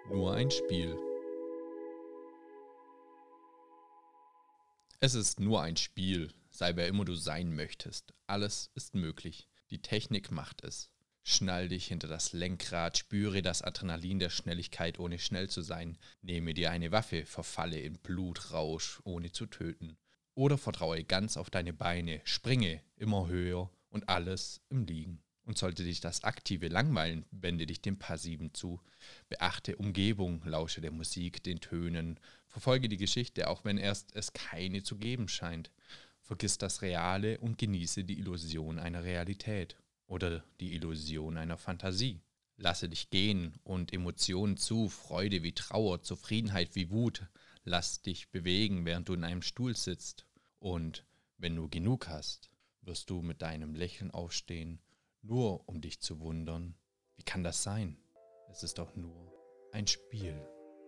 Nur ein Spiel. Es ist nur ein Spiel, sei wer immer du sein möchtest. Alles ist möglich. Die Technik macht es. Schnall dich hinter das Lenkrad, spüre das Adrenalin der Schnelligkeit, ohne schnell zu sein. Nehme dir eine Waffe, verfalle in Blutrausch, ohne zu töten. Oder vertraue ganz auf deine Beine, springe immer höher und alles im Liegen. Und sollte dich das Aktive langweilen, wende dich dem Passiven zu. Beachte Umgebung, lausche der Musik, den Tönen. Verfolge die Geschichte, auch wenn erst es keine zu geben scheint. Vergiss das Reale und genieße die Illusion einer Realität oder die Illusion einer Fantasie. Lasse dich gehen und Emotionen zu, Freude wie Trauer, Zufriedenheit wie Wut. Lass dich bewegen, während du in einem Stuhl sitzt. Und wenn du genug hast, wirst du mit deinem Lächeln aufstehen, nur um dich zu wundern. Wie kann das sein? Es ist doch nur ein Spiel.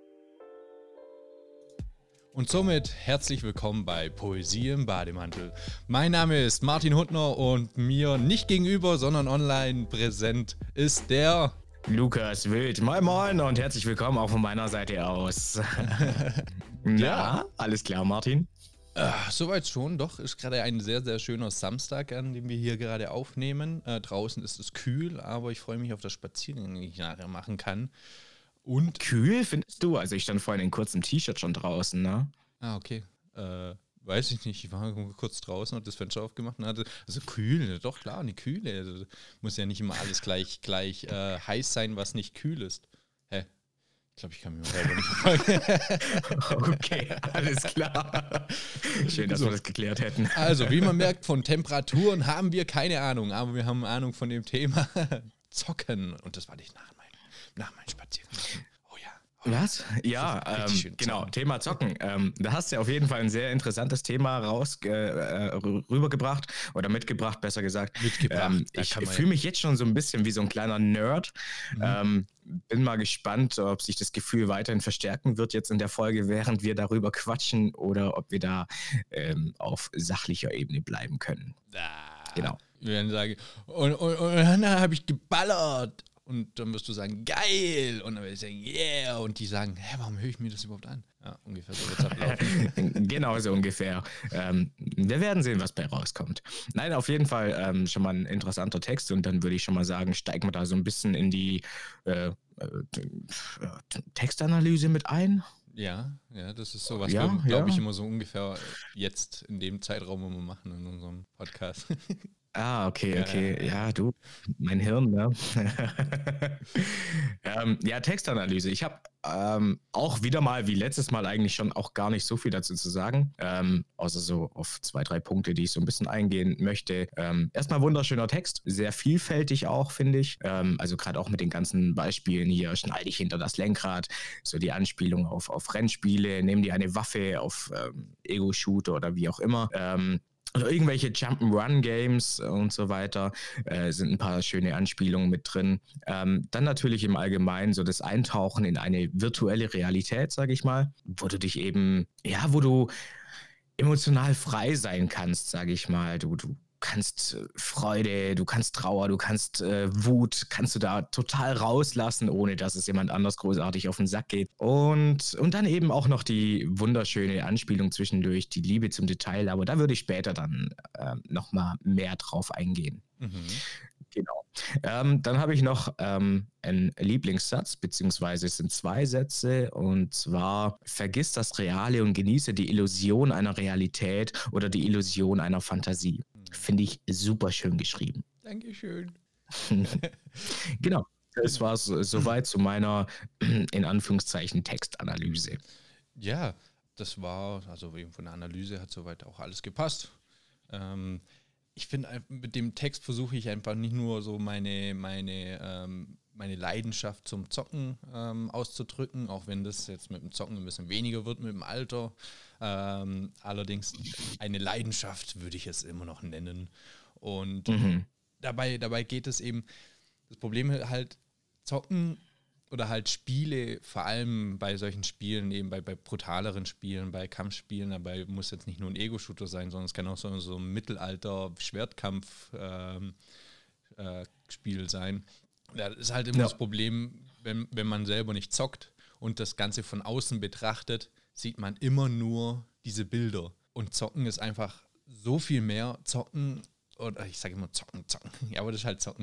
Und somit herzlich willkommen bei Poesie im Bademantel. Mein Name ist Martin Huttner und mir nicht gegenüber, sondern online präsent ist der Lukas Wild. Moin Moin und herzlich willkommen auch von meiner Seite aus. Ja. Alles klar, Martin? Soweit schon, doch. Ist gerade ein sehr, sehr schöner Samstag, an dem wir hier gerade aufnehmen. Draußen ist es kühl, aber ich freue mich auf das Spaziergang, den ich nachher machen kann. Und Kühl findest du? Also ich stand vorhin in kurzem T-Shirt schon draußen, ne? okay. Weiß ich nicht, ich war kurz draußen und das Fenster aufgemacht und hatte, also kühl, doch klar, eine Kühle. Also, muss ja nicht immer alles gleich heiß sein, was nicht kühl ist. Hä? Ich glaube, ich kann mich selber nicht verfolgen. Okay, alles klar. Schön, dass wir das geklärt hätten. Also, wie man merkt, von Temperaturen haben wir keine Ahnung, aber wir haben Ahnung von dem Thema Zocken. Und das war nicht nach meinem Spaziergang. Oh ja. Was? Ja, genau, zocken. Thema Zocken. Da hast du auf jeden Fall ein sehr interessantes Thema rübergebracht oder mitgebracht, besser gesagt. Ich fühle mich jetzt schon so ein bisschen wie so ein kleiner Nerd. Bin mal gespannt, ob sich das Gefühl weiterhin verstärken wird jetzt in der Folge, während wir darüber quatschen oder ob wir da auf sachlicher Ebene bleiben können. Genau. Wir werden sagen, und dann habe ich geballert. Und dann wirst du sagen, geil! Und dann werde ich sagen, yeah! Und die sagen, hä, warum höre ich mir das überhaupt an? Ja, ungefähr so wird es ablaufen. Genau so ungefähr. Wir werden sehen, was bei rauskommt. Nein, auf jeden Fall schon mal ein interessanter Text. Und dann würde ich schon mal sagen, steigen wir da so ein bisschen in die Textanalyse mit ein. Ja, das ist so, was wir, glaube ich, immer so ungefähr jetzt in dem Zeitraum immer machen in unserem Podcast. Okay. Ja, du, mein Hirn, ne? Textanalyse. Ich habe auch wieder mal, wie letztes Mal eigentlich schon, auch gar nicht so viel dazu zu sagen. Außer so auf 2, 3 Punkte, die ich so ein bisschen eingehen möchte. Erstmal wunderschöner Text, sehr vielfältig auch, finde ich. Also gerade auch mit den ganzen Beispielen hier, schnall dich hinter das Lenkrad, so die Anspielung auf Rennspiele, nimm dir eine Waffe, auf Ego-Shooter oder wie auch immer. Oder irgendwelche Jump'n'Run-Games und so weiter, sind ein paar schöne Anspielungen mit drin. Dann natürlich im Allgemeinen so das Eintauchen in eine virtuelle Realität, sage ich mal, wo du dich eben, wo du emotional frei sein kannst, sage ich mal. Du kannst Freude, du kannst Trauer, du kannst Wut, kannst du da total rauslassen, ohne dass es jemand anders großartig auf den Sack geht. Und dann eben auch noch die wunderschöne Anspielung zwischendurch, die Liebe zum Detail, aber da würde ich später dann nochmal mehr drauf eingehen. Genau. Dann habe ich noch einen Lieblingssatz, beziehungsweise es sind 2 Sätze, und zwar: Vergiss das Reale und genieße die Illusion einer Realität oder die Illusion einer Fantasie. Finde ich super schön geschrieben. Dankeschön. Genau. Das war es soweit zu meiner, in Anführungszeichen, Textanalyse. Ja, das war, also eben von der Analyse hat soweit auch alles gepasst. Ich finde, mit dem Text versuche ich einfach nicht nur so meine Leidenschaft zum Zocken auszudrücken, auch wenn das jetzt mit dem Zocken ein bisschen weniger wird mit dem Alter. Allerdings eine Leidenschaft würde ich es immer noch nennen. Und dabei geht es eben, das Problem halt, Zocken oder halt Spiele, vor allem bei solchen Spielen, eben bei brutaleren Spielen, bei Kampfspielen, dabei muss jetzt nicht nur ein Ego-Shooter sein, sondern es kann auch so ein Mittelalter-Schwertkampf-Spiel sein. Das ist halt immer das Problem, wenn man selber nicht zockt und das Ganze von außen betrachtet, sieht man immer nur diese Bilder. Und Zocken ist einfach so viel mehr. Zocken, oder ich sage immer Zocken. Ja, aber das ist halt Zocken.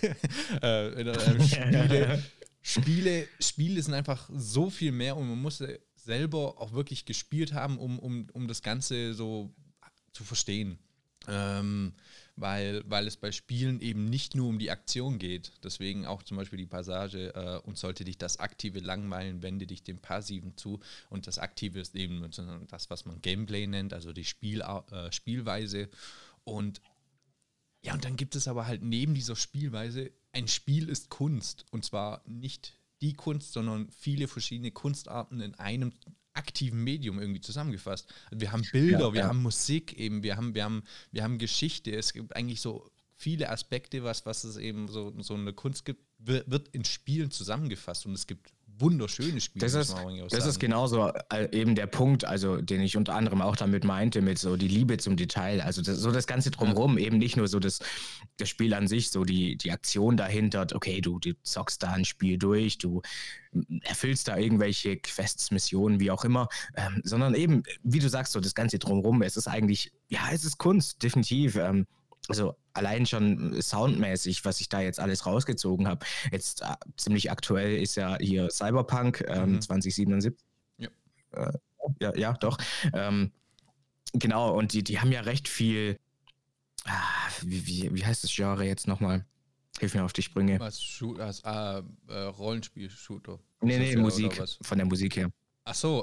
Spiele sind einfach so viel mehr und man muss selber auch wirklich gespielt haben, um das Ganze so zu verstehen. Weil es bei Spielen eben nicht nur um die Aktion geht. Deswegen auch zum Beispiel die Passage, und sollte dich das Aktive langweilen, wende dich dem Passiven zu. Und das Aktive ist eben das, was man Gameplay nennt, also die Spielweise. Und ja, und dann gibt es aber halt neben dieser Spielweise, ein Spiel ist Kunst. Und zwar nicht die Kunst, sondern viele verschiedene Kunstarten in einem aktiven Medium irgendwie zusammengefasst. Wir haben Bilder, wir haben Musik eben, wir haben Geschichte. Es gibt eigentlich so viele Aspekte, was es eben so eine Kunst gibt, wird in Spielen zusammengefasst und es gibt wunderschöne Spiele. Das ist genauso eben der Punkt, also den ich unter anderem auch damit meinte, mit so die Liebe zum Detail, also das Ganze drumherum, eben nicht nur so das Spiel an sich, so die Aktion dahinter, okay, du zockst da ein Spiel durch, du erfüllst da irgendwelche Quests, Missionen, wie auch immer, sondern eben, wie du sagst, so das Ganze drumherum, es ist eigentlich, ja, es ist Kunst, definitiv, also allein schon soundmäßig, was ich da jetzt alles rausgezogen habe. Jetzt ziemlich aktuell ist ja hier Cyberpunk 2077. Ja. Ja, doch. Genau, und die haben ja recht viel, wie heißt das Genre jetzt nochmal? Hilf mir auf die Sprünge. Rollenspiel-Shooter. Nee, Musik, von der Musik her. Ach so,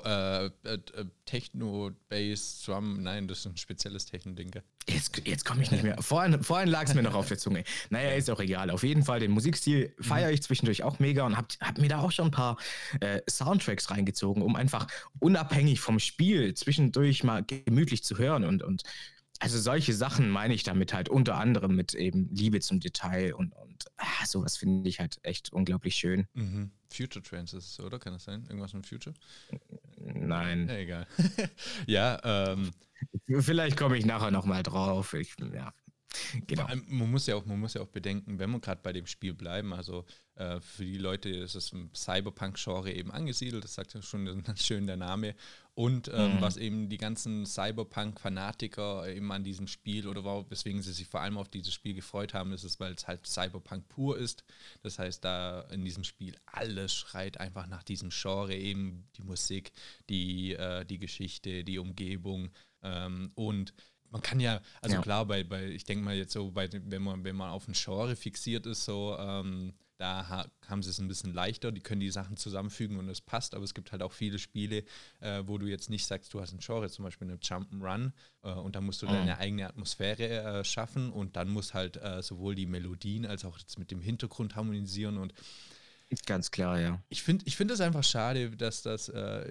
Techno, Bass, Drum, nein, das ist ein spezielles Techno-Ding. Jetzt komme ich nicht mehr. Vorhin lag es mir noch auf der Zunge. Naja, ist auch egal. Auf jeden Fall, den Musikstil feiere ich zwischendurch auch mega und hab mir da auch schon ein paar Soundtracks reingezogen, um einfach unabhängig vom Spiel zwischendurch mal gemütlich zu hören und also solche Sachen meine ich damit halt unter anderem mit eben Liebe zum Detail und sowas finde ich halt echt unglaublich schön. Future Trance ist es, oder? Kann das sein? Irgendwas mit Future? Nein. Ja, egal. Ja, vielleicht komme ich nachher nochmal drauf. Genau. Man muss ja auch bedenken, wenn wir gerade bei dem Spiel bleiben, also für die Leute ist es im Cyberpunk-Genre eben angesiedelt, das sagt ja schon ganz schön der Name. Und was eben die ganzen Cyberpunk-Fanatiker eben an diesem Spiel oder weswegen sie sich vor allem auf dieses Spiel gefreut haben, ist es, weil es halt Cyberpunk pur ist. Das heißt, da in diesem Spiel alles schreit einfach nach diesem Genre, eben die Musik, die Geschichte, die Umgebung und man kann ja, also klar, ich denke mal jetzt so, wenn man auf ein Genre fixiert ist, so, da haben sie es ein bisschen leichter, die können die Sachen zusammenfügen und es passt, aber es gibt halt auch viele Spiele, wo du jetzt nicht sagst, du hast ein Genre, zum Beispiel eine Jump'n'Run und da musst du deine eigene Atmosphäre schaffen und dann muss halt sowohl die Melodien als auch jetzt mit dem Hintergrund harmonisieren und ganz klar, ja. Ich finde es einfach schade, dass das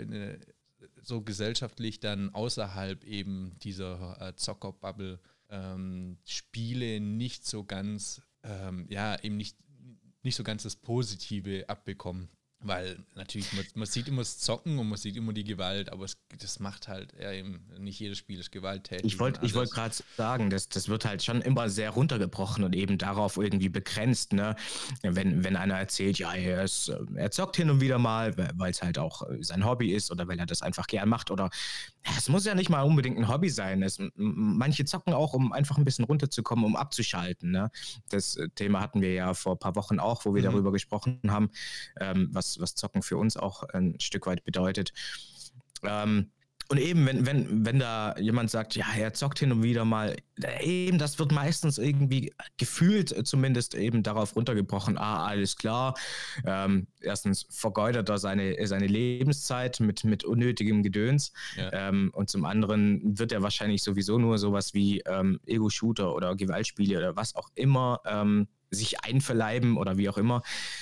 so gesellschaftlich dann außerhalb eben dieser Zockerbubble Spiele nicht so ganz, eben nicht so ganz das Positive abbekommen. Weil natürlich, man sieht immer das Zocken und man sieht immer die Gewalt, aber das macht halt eben, nicht jedes Spiel ist gewalttätig. Ich wollte gerade sagen, das wird halt schon immer sehr runtergebrochen und eben darauf irgendwie begrenzt, ne? Wenn einer erzählt, ja, er zockt hin und wieder mal, weil es halt auch sein Hobby ist oder weil er das einfach gern macht oder es muss ja nicht mal unbedingt ein Hobby sein. Manche zocken auch, um einfach ein bisschen runterzukommen, um abzuschalten, ne? Das Thema hatten wir ja vor ein paar Wochen auch, wo wir darüber gesprochen haben, was Zocken für uns auch ein Stück weit bedeutet. Und eben, wenn da jemand sagt, ja, er zockt hin und wieder mal, eben, das wird meistens irgendwie gefühlt zumindest eben darauf runtergebrochen, alles klar, erstens vergeudert er seine Lebenszeit mit unnötigem Gedöns und zum anderen wird er wahrscheinlich sowieso nur sowas wie Ego-Shooter oder Gewaltspiele oder was auch immer sich einverleiben oder wie auch immer.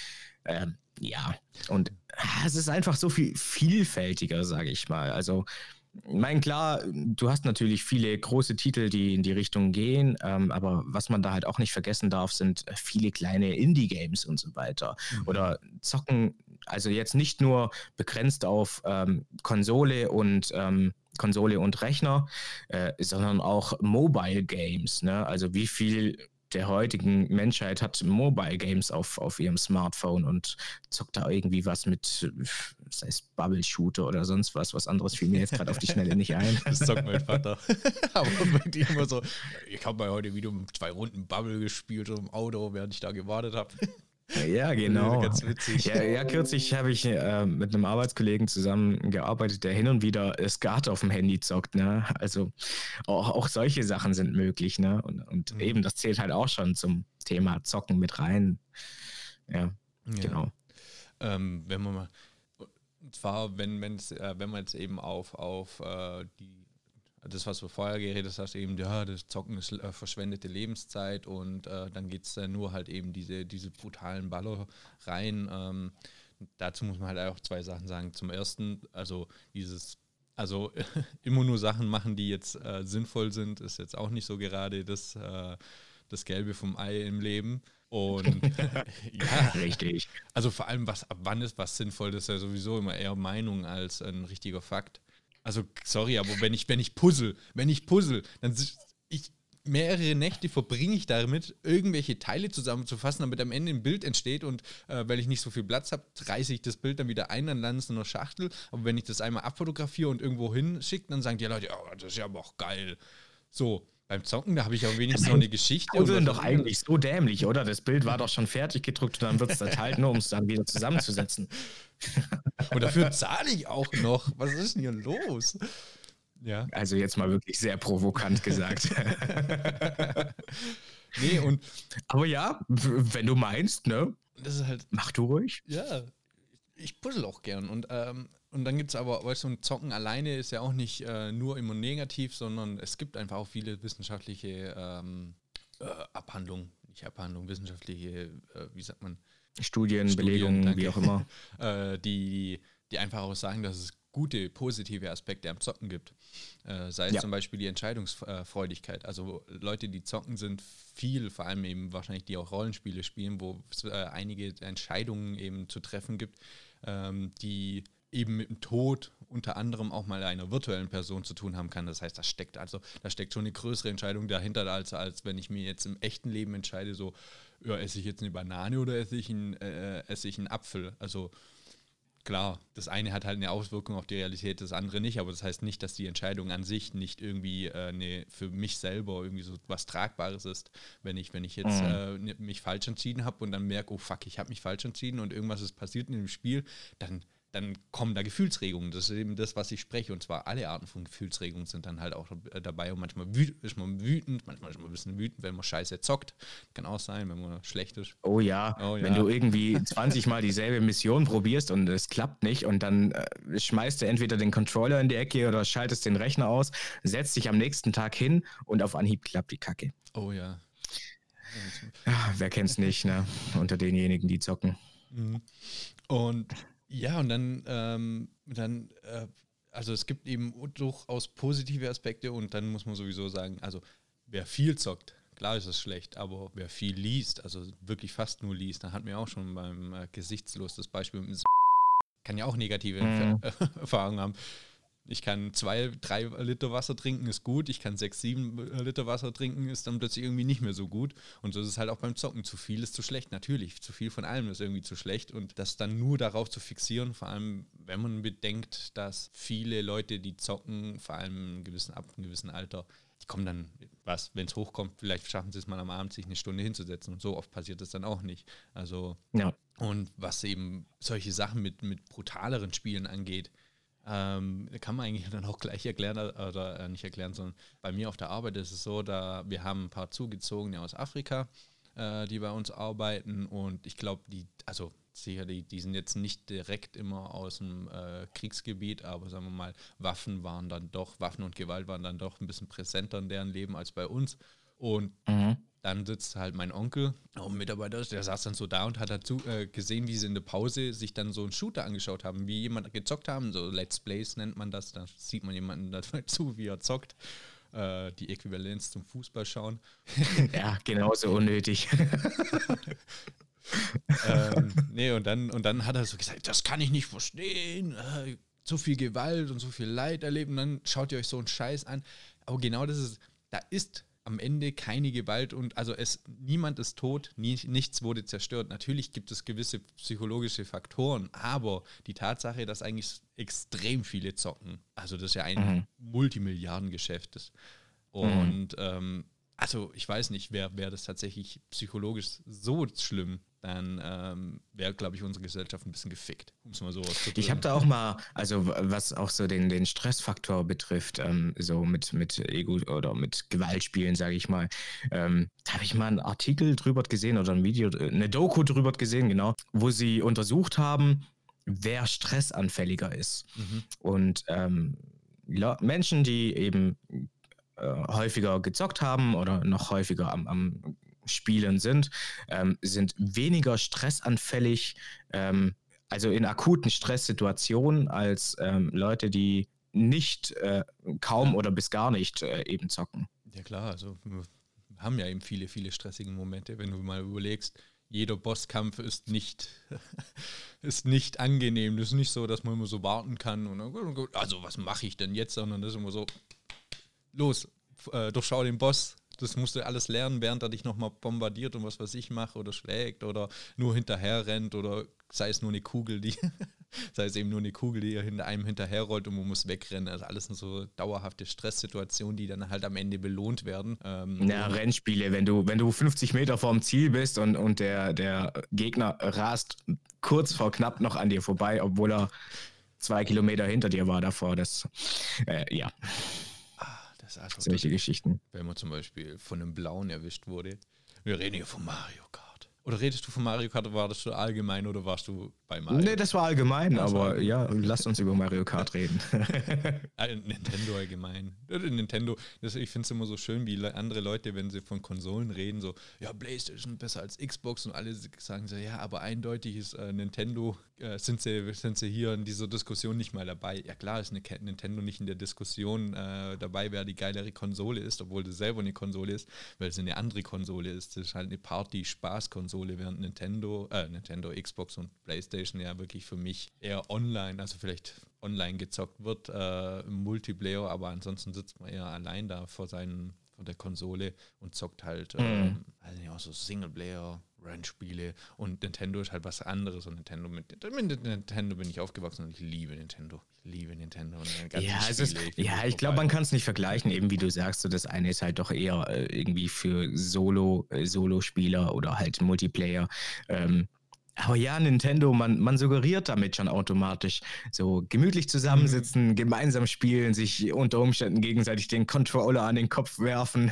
Ja, und es ist einfach so viel vielfältiger, sage ich mal. Also, ich meine, klar, du hast natürlich viele große Titel, die in die Richtung gehen, aber was man da halt auch nicht vergessen darf, sind viele kleine Indie-Games und so weiter. Oder Zocken, also jetzt nicht nur begrenzt auf Konsole und Rechner, sondern auch Mobile Games, ne? Also wie viel der heutigen Menschheit hat Mobile Games auf ihrem Smartphone und zockt da irgendwie was mit, sei es Bubble Shooter oder sonst was anderes fiel mir jetzt gerade auf die Schnelle nicht ein. Das zockt mein Vater. Aber wirklich immer so, ich habe mal heute wieder 2 Runden Bubble gespielt im Auto, während ich da gewartet habe. Ja, genau. Ganz witzig. Ja, kürzlich habe ich mit einem Arbeitskollegen zusammengearbeitet, der hin und wieder Skat auf dem Handy zockt. Ne? Also auch solche Sachen sind möglich. Ne? Und eben, das zählt halt auch schon zum Thema Zocken mit rein. Ja. Genau. Wenn man mal, und zwar, wenn man jetzt eben auf das, was du vorher geredet hast, eben, ja, das Zocken ist verschwendete Lebenszeit und dann geht es nur halt eben diese brutalen Baller rein. Dazu muss man halt auch 2 Sachen sagen. Zum ersten, also immer nur Sachen machen, die jetzt sinnvoll sind, ist jetzt auch nicht so gerade das Gelbe vom Ei im Leben. Und ja, richtig. Also vor allem, ab wann ist was sinnvoll, das ist ja sowieso immer eher Meinung als ein richtiger Fakt. Also, sorry, aber wenn ich puzzle, dann mehrere Nächte verbringe ich damit, irgendwelche Teile zusammenzufassen, damit am Ende ein Bild entsteht und weil ich nicht so viel Platz habe, reiße ich das Bild dann wieder ein, dann landet es in einer Schachtel. Aber wenn ich das einmal abfotografiere und irgendwo hinschicke, dann sagen die Leute, ja, das ist ja aber auch geil. So, beim Zocken, da habe ich aber wenigstens noch eine Geschichte. Puzzeln doch eigentlich so dämlich, oder? Das Bild war doch schon fertig gedruckt und dann wird es zerteilt, nur um es dann wieder zusammenzusetzen. Und dafür zahle ich auch noch. Was ist denn hier los? Ja. Also jetzt mal wirklich sehr provokant gesagt. Nee, aber ja, wenn du meinst, ne? Das ist halt. Mach du ruhig. Ja, ich puzzle auch gern. Und dann gibt es aber, weißt du, ein Zocken alleine ist ja auch nicht nur immer negativ, sondern es gibt einfach auch viele wissenschaftliche wissenschaftliche, wie sagt man? Studien, Belegungen, wie auch immer. Die einfach auch sagen, dass es gute, positive Aspekte am Zocken gibt. Sei es zum Beispiel die Entscheidungsfreudigkeit. Also Leute, die zocken, sind vor allem eben wahrscheinlich, die auch Rollenspiele spielen, wo es einige Entscheidungen eben zu treffen gibt, die eben mit dem Tod unter anderem auch mal einer virtuellen Person zu tun haben kann. Das heißt, da steckt schon eine größere Entscheidung dahinter, als wenn ich mir jetzt im echten Leben entscheide, so, ja, esse ich jetzt eine Banane oder esse ich einen Apfel? Also klar, das eine hat halt eine Auswirkung auf die Realität, das andere nicht, aber das heißt nicht, dass die Entscheidung an sich nicht irgendwie für mich selber irgendwie so was Tragbares ist. Wenn ich jetzt mich falsch entschieden habe und dann merke, oh fuck, ich habe mich falsch entschieden und irgendwas ist passiert in dem Spiel, dann kommen da Gefühlsregungen. Das ist eben das, was ich spreche. Und zwar alle Arten von Gefühlsregungen sind dann halt auch dabei. Und manchmal ist man wütend, manchmal ist man ein bisschen wütend, wenn man scheiße zockt. Kann auch sein, wenn man schlecht ist. Oh ja, wenn du irgendwie 20 Mal dieselbe Mission probierst und es klappt nicht und dann schmeißt du entweder den Controller in die Ecke oder schaltest den Rechner aus, setzt dich am nächsten Tag hin und auf Anhieb klappt die Kacke. Oh ja. Ja, wer kennt's nicht, ne? Unter denjenigen, die zocken. Und ja, und also es gibt eben durchaus positive Aspekte und dann muss man sowieso sagen, also wer viel zockt, klar ist es schlecht, aber wer viel liest, also wirklich fast nur liest, dann hat mir auch schon beim Gesichtslos das Beispiel mit kann ja auch negative Erfahrungen haben. Ich kann 2-3 Liter Wasser trinken, ist gut. Ich kann 6-7 Liter Wasser trinken, ist dann plötzlich irgendwie nicht mehr so gut. Und so ist es halt auch beim Zocken. Zu viel ist zu schlecht, natürlich. Zu viel von allem ist irgendwie zu schlecht. Und das dann nur darauf zu fixieren, vor allem wenn man bedenkt, dass viele Leute, die zocken, vor allem ab einem gewissen Alter, die kommen dann, wenn es hochkommt, vielleicht schaffen sie es mal am Abend, sich eine Stunde hinzusetzen. Und so oft passiert das dann auch nicht. Also, ja. Und was eben solche Sachen mit brutaleren Spielen angeht, kann man eigentlich dann auch gleich erklären, oder nicht erklären, sondern bei mir auf der Arbeit ist es so, wir haben ein paar Zugezogene aus Afrika, die bei uns arbeiten und ich glaube, die sind jetzt nicht direkt immer aus dem Kriegsgebiet, aber sagen wir mal, Waffen und Gewalt waren dann doch ein bisschen präsenter in deren Leben als bei uns und dann sitzt halt mein Onkel, auch ein Mitarbeiter, der saß dann so da und hat dazu gesehen, wie sie in der Pause sich dann so einen Shooter angeschaut haben, wie jemand gezockt haben, so Let's Plays nennt man das, da sieht man jemanden dazu, wie er zockt, die Äquivalenz zum Fußball schauen. Ja, genauso unnötig. Und dann hat er so gesagt, das kann ich nicht verstehen, so viel Gewalt und so viel Leid erleben, dann schaut ihr euch so einen Scheiß an, aber genau das ist, da ist am Ende keine Gewalt und also niemand ist tot, nichts wurde zerstört. Natürlich gibt es gewisse psychologische Faktoren, aber die Tatsache, dass eigentlich extrem viele zocken, also das ist ja ein Multimilliardengeschäft ist. Und also ich weiß nicht, wäre das tatsächlich psychologisch so schlimm, dann wäre, glaube ich, unsere Gesellschaft ein bisschen gefickt, um es mal so auszudrücken. Ich habe da auch mal, also was auch so den Stressfaktor betrifft, so mit Ego oder mit Gewaltspielen, sage ich mal, da habe ich mal einen Artikel drüber gesehen oder ein Video, eine Doku drüber gesehen, genau, wo sie untersucht haben, wer stressanfälliger ist. Und Menschen, die eben häufiger gezockt haben oder noch häufiger am Spielen sind weniger stressanfällig, also in akuten Stresssituationen als Leute, die nicht kaum oder bis gar nicht eben zocken. Ja klar, also wir haben ja eben viele, viele stressige Momente, wenn du mal überlegst, jeder Bosskampf ist nicht, ist nicht angenehm. Das ist nicht so, dass man immer so warten kann und also was mache ich denn jetzt, sondern das ist immer so, los, durchschau den Boss. Das musst du alles lernen, während er dich nochmal bombardiert und was weiß ich macht oder schlägt oder nur hinterher rennt oder sei es nur eine Kugel, sei es eben nur eine Kugel, die hinter einem hinterherrollt und man muss wegrennen. Also alles so dauerhafte Stresssituationen, die dann halt am Ende belohnt werden. Rennspiele, wenn du 50 Meter vorm Ziel bist und der Gegner rast kurz vor knapp noch an dir vorbei, obwohl er 2 Kilometer hinter dir war davor, ja. Also solche Geschichten. Wenn man zum Beispiel von einem Blauen erwischt wurde. Wir reden hier von Mario Kart. Oder redest du von Mario Kart, war das so allgemein oder warst du bei Mario? Nee, das war allgemein, aber ja, lasst uns über Mario Kart reden. Nintendo allgemein. Nintendo, ich finde es immer so schön, wie andere Leute, wenn sie von Konsolen reden, so, ja, PlayStation besser als Xbox und alle sagen so, ja, aber eindeutig ist Nintendo, sind sie hier in dieser Diskussion nicht mal dabei. Ja klar ist Nintendo nicht in der Diskussion dabei, wer die geilere Konsole ist, obwohl das selber eine Konsole ist, weil es eine andere Konsole ist. Das ist halt eine Party-Spaß-Konsole, während Nintendo, Xbox und PlayStation ja wirklich für mich eher online, also vielleicht online gezockt wird im Multiplayer, aber ansonsten sitzt man eher allein da vor der Konsole und zockt halt auch so Singleplayer, Rennspiele und Nintendo ist halt was anderes und mit Nintendo bin ich aufgewachsen und ich liebe Nintendo. Und ich glaube, man kann es nicht vergleichen, eben wie du sagst, so das eine ist halt doch eher irgendwie für Solo-Spieler oder halt Multiplayer. Aber ja, Nintendo, man suggeriert damit schon automatisch so gemütlich zusammensitzen, gemeinsam spielen, sich unter Umständen gegenseitig den Controller an den Kopf werfen,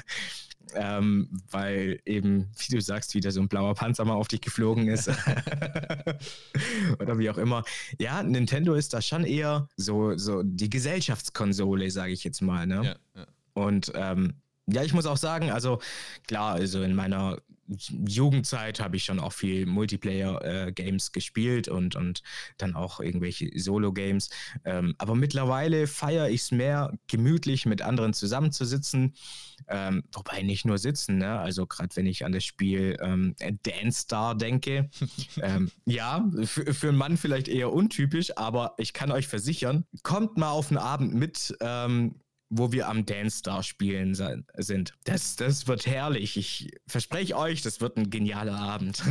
weil eben, wie du sagst, wieder so ein blauer Panzer mal auf dich geflogen ist. Oder wie auch immer. Ja, Nintendo ist da schon eher so die Gesellschaftskonsole, sage ich jetzt mal. Ne? Ja. Und ja, ich muss auch sagen, also klar, also in meiner Jugendzeit habe ich schon auch viel Multiplayer-Games gespielt und dann auch irgendwelche Solo-Games. Aber mittlerweile feiere ich es mehr, gemütlich mit anderen zusammenzusitzen. Wobei nicht nur sitzen, ne? Also gerade wenn ich an das Spiel Dance Star denke. Ja, für einen Mann vielleicht eher untypisch, aber ich kann euch versichern, kommt mal auf einen Abend mit, wo wir am Dance Star spielen sind. Das wird herrlich. Ich verspreche euch, das wird ein genialer Abend.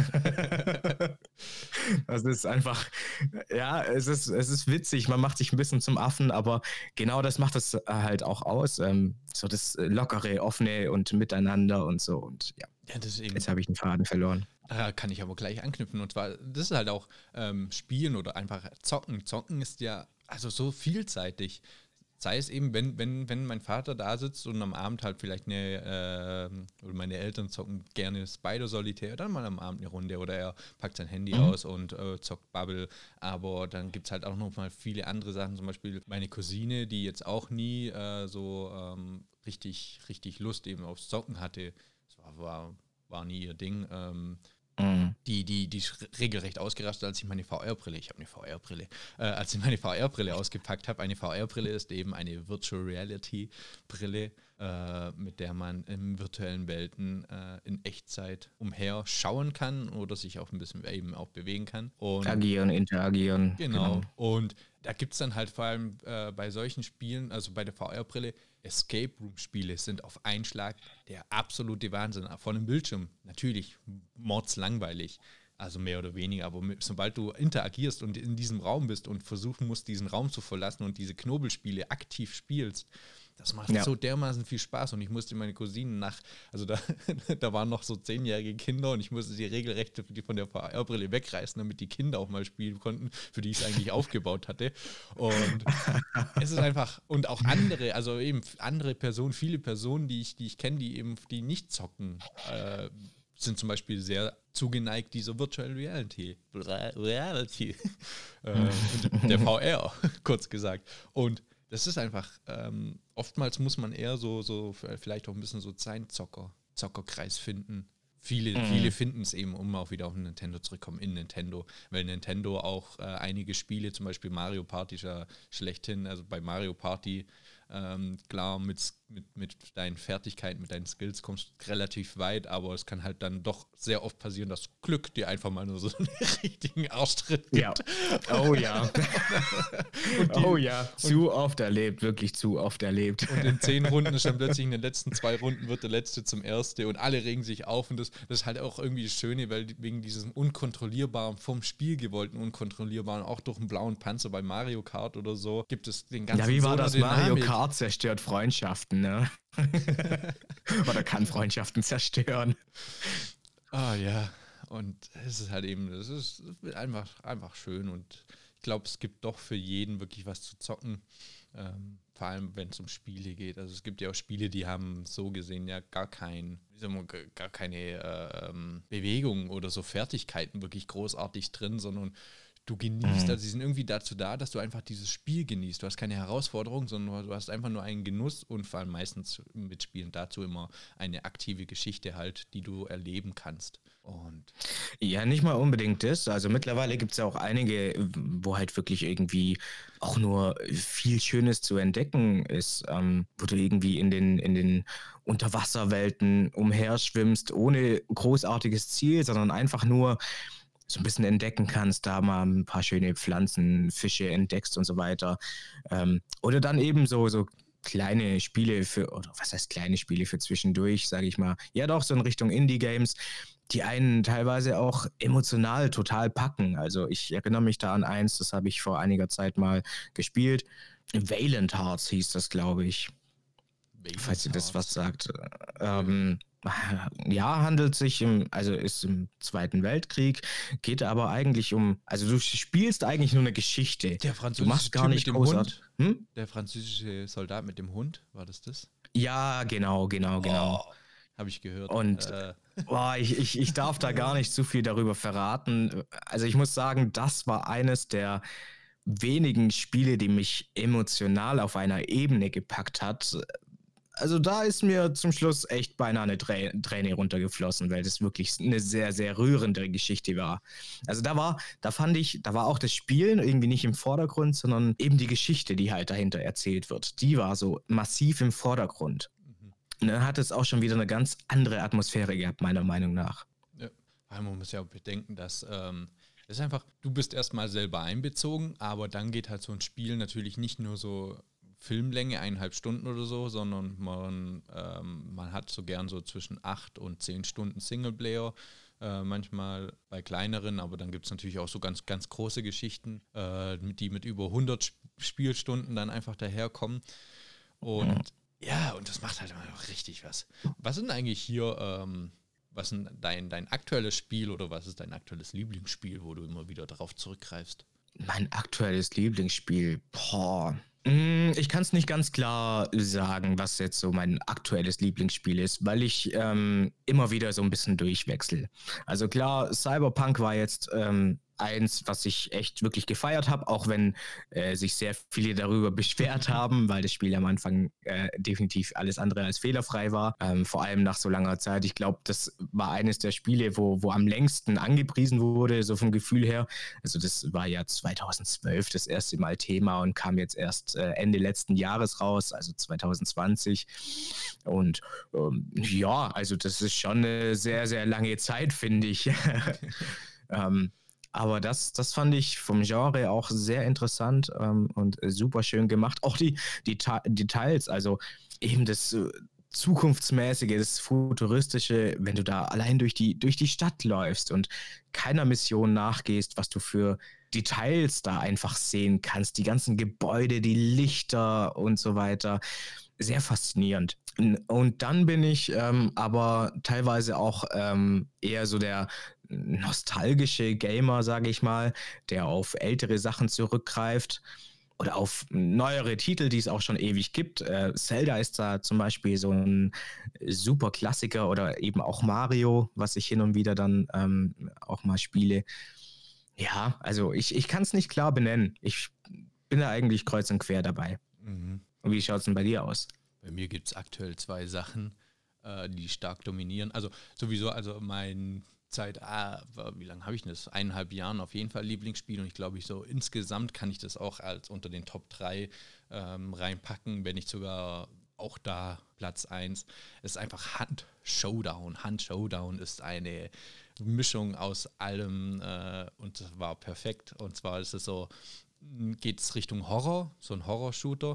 Das ist einfach, ja, es ist witzig. Man macht sich ein bisschen zum Affen, aber genau das macht es halt auch aus. So das lockere, offene und miteinander und so. Und ja, das ist eben, jetzt habe ich den Faden verloren. Da kann ich aber gleich anknüpfen. Und zwar, das ist halt auch Spielen oder einfach Zocken. Zocken ist ja also so vielseitig. Sei es eben, wenn mein Vater da sitzt und am Abend halt vielleicht oder meine Eltern zocken gerne Spider-Solitär, dann mal am Abend eine Runde oder er packt sein Handy aus und zockt Bubble. Aber dann gibt es halt auch noch mal viele andere Sachen, zum Beispiel meine Cousine, die jetzt auch nie richtig Lust eben aufs Zocken hatte. Das war nie ihr Ding. Die ist regelrecht ausgerastet, als ich meine VR-Brille, als ich meine VR-Brille ausgepackt habe. Eine VR-Brille ist eben eine Virtual Reality-Brille, mit der man in virtuellen Welten in Echtzeit umher schauen kann oder sich auch ein bisschen eben auch bewegen kann. Und Agieren, interagieren. genau. Und da gibt es dann halt vor allem bei solchen Spielen, also bei der VR-Brille, Escape Room-Spiele sind auf einen Schlag der absolute Wahnsinn. Vor einem Bildschirm natürlich mordslangweilig. Also mehr oder weniger, aber sobald du interagierst und in diesem Raum bist und versuchen musst, diesen Raum zu verlassen und diese Knobelspiele aktiv spielst, das macht so dermaßen viel Spaß. Und ich musste meine Cousinen also da waren noch so 10-jährige Kinder und ich musste sie regelrecht von der VR-Brille wegreißen, damit die Kinder auch mal spielen konnten, für die ich es eigentlich aufgebaut hatte. Und es ist einfach, und auch andere, also eben andere Personen, viele Personen, die ich kenne, die nicht zocken, sind zum Beispiel sehr zugeneigt dieser Virtual Reality, der VR, kurz gesagt. Und das ist einfach, oftmals muss man eher so vielleicht auch ein bisschen so seinen Zockerkreis finden. Viele finden es eben, um auch wieder auf Nintendo zurückkommen, in Nintendo, weil Nintendo auch einige Spiele, zum Beispiel Mario Party ist ja schlechthin, also bei Mario Party, klar, mit deinen Fertigkeiten, mit deinen Skills kommst du relativ weit, aber es kann halt dann doch sehr oft passieren, dass Glück dir einfach mal nur so einen richtigen Arschtritt gibt. Ja. Oh ja. Oh ja, zu oft erlebt, wirklich zu oft erlebt. Und in 10 Runden ist dann plötzlich in den letzten 2 Runden wird der Letzte zum Erste und alle regen sich auf und das ist halt auch irgendwie das Schöne, weil wegen diesem unkontrollierbaren, vom Spiel gewollten unkontrollierbaren, auch durch einen blauen Panzer bei Mario Kart oder so, gibt es den ganzen Ja, wie war das? Dynamik. Mario Kart zerstört Freundschaften, ne? Oder kann Freundschaften zerstören. Ah ja, und es ist halt eben, es ist einfach schön und ich glaube, es gibt doch für jeden wirklich was zu zocken, vor allem wenn es um Spiele geht. Also es gibt ja auch Spiele, die haben so gesehen ja gar keine Bewegung oder so Fertigkeiten wirklich großartig drin, sondern du genießt, also sie sind irgendwie dazu da, dass du einfach dieses Spiel genießt. Du hast keine Herausforderung, sondern du hast einfach nur einen Genuss und vor allem meistens mit Spielen dazu immer eine aktive Geschichte halt, die du erleben kannst. Und ja, nicht mal unbedingt das. Also mittlerweile gibt es ja auch einige, wo halt wirklich irgendwie auch nur viel Schönes zu entdecken ist, wo du irgendwie in den Unterwasserwelten umherschwimmst, ohne großartiges Ziel, sondern einfach nur so ein bisschen entdecken kannst, da mal ein paar schöne Pflanzen, Fische entdeckst und so weiter. Oder dann eben so kleine Spiele oder was heißt kleine Spiele für zwischendurch, sage ich mal. Ja doch, so in Richtung Indie-Games, die einen teilweise auch emotional total packen. Also ich erinnere mich da an eins, das habe ich vor einiger Zeit mal gespielt. Valiant Hearts hieß das, glaube ich. Falls ihr das was sagt. Ja, handelt sich ist im Zweiten Weltkrieg, geht aber eigentlich also du spielst eigentlich nur eine Geschichte. Der französische du machst gar Typ nicht mit dem großartig. Hund, der französische Soldat mit dem Hund, war das? Ja, genau. Habe ich gehört. Und ich darf da gar nicht zu viel darüber verraten. Also ich muss sagen, das war eines der wenigen Spiele, die mich emotional auf einer Ebene gepackt hat. Also da ist mir zum Schluss echt beinahe eine Träne runtergeflossen, weil das wirklich eine sehr, sehr rührende Geschichte war. Also da war auch das Spielen irgendwie nicht im Vordergrund, sondern eben die Geschichte, die halt dahinter erzählt wird. Die war so massiv im Vordergrund. Und dann hat es auch schon wieder eine ganz andere Atmosphäre gehabt, meiner Meinung nach. Ja, weil man muss ja auch bedenken, dass es ist einfach, du bist erstmal selber einbezogen, aber dann geht halt so ein Spiel natürlich nicht nur so Filmlänge, 1,5 Stunden oder so, sondern man hat so gern so zwischen 8 und 10 Stunden Singleplayer, manchmal bei kleineren, aber dann gibt es natürlich auch so ganz, ganz große Geschichten, die mit über 100 Spielstunden dann einfach daherkommen. Und ja, und das macht halt immer richtig was. Was sind eigentlich hier, was ist dein aktuelles Spiel oder was ist dein aktuelles Lieblingsspiel, wo du immer wieder darauf zurückgreifst? Mein aktuelles Lieblingsspiel, ich kann es nicht ganz klar sagen, was jetzt so mein aktuelles Lieblingsspiel ist, weil ich immer wieder so ein bisschen durchwechsel. Also klar, Cyberpunk war jetzt eins, was ich echt wirklich gefeiert habe, auch wenn sich sehr viele darüber beschwert haben, weil das Spiel am Anfang definitiv alles andere als fehlerfrei war. Vor allem nach so langer Zeit. Ich glaube, das war eines der Spiele, wo am längsten angepriesen wurde, so vom Gefühl her. Also das war ja 2012 das erste Mal Thema und kam jetzt erst Ende letzten Jahres raus, also 2020. Und ja, also das ist schon eine sehr, sehr lange Zeit, finde ich. Aber das fand ich vom Genre auch sehr interessant und super schön gemacht. Auch die Details, also eben das Zukunftsmäßige, das Futuristische, wenn du da allein durch die Stadt läufst und keiner Mission nachgehst, was du für Details da einfach sehen kannst, die ganzen Gebäude, die Lichter und so weiter. Sehr faszinierend. Und dann bin ich aber teilweise auch eher so der nostalgische Gamer, sage ich mal, der auf ältere Sachen zurückgreift oder auf neuere Titel, die es auch schon ewig gibt. Zelda ist da zum Beispiel so ein super Klassiker oder eben auch Mario, was ich hin und wieder dann auch mal spiele. Ja, also ich kann es nicht klar benennen. Ich bin da eigentlich kreuz und quer dabei. Mhm. Und wie schaut es denn bei dir aus? Bei mir gibt es aktuell 2 Sachen, die stark dominieren. Also sowieso, also mein wie lange habe ich denn das? 1,5 Jahren auf jeden Fall Lieblingsspiel und ich glaube, so insgesamt kann ich das auch als unter den Top 3 reinpacken, wenn nicht sogar auch da Platz 1. Es ist einfach Hunt Showdown. Hunt Showdown ist eine Mischung aus allem und das war perfekt. Und zwar ist es so, geht es Richtung Horror, so ein Horror-Shooter.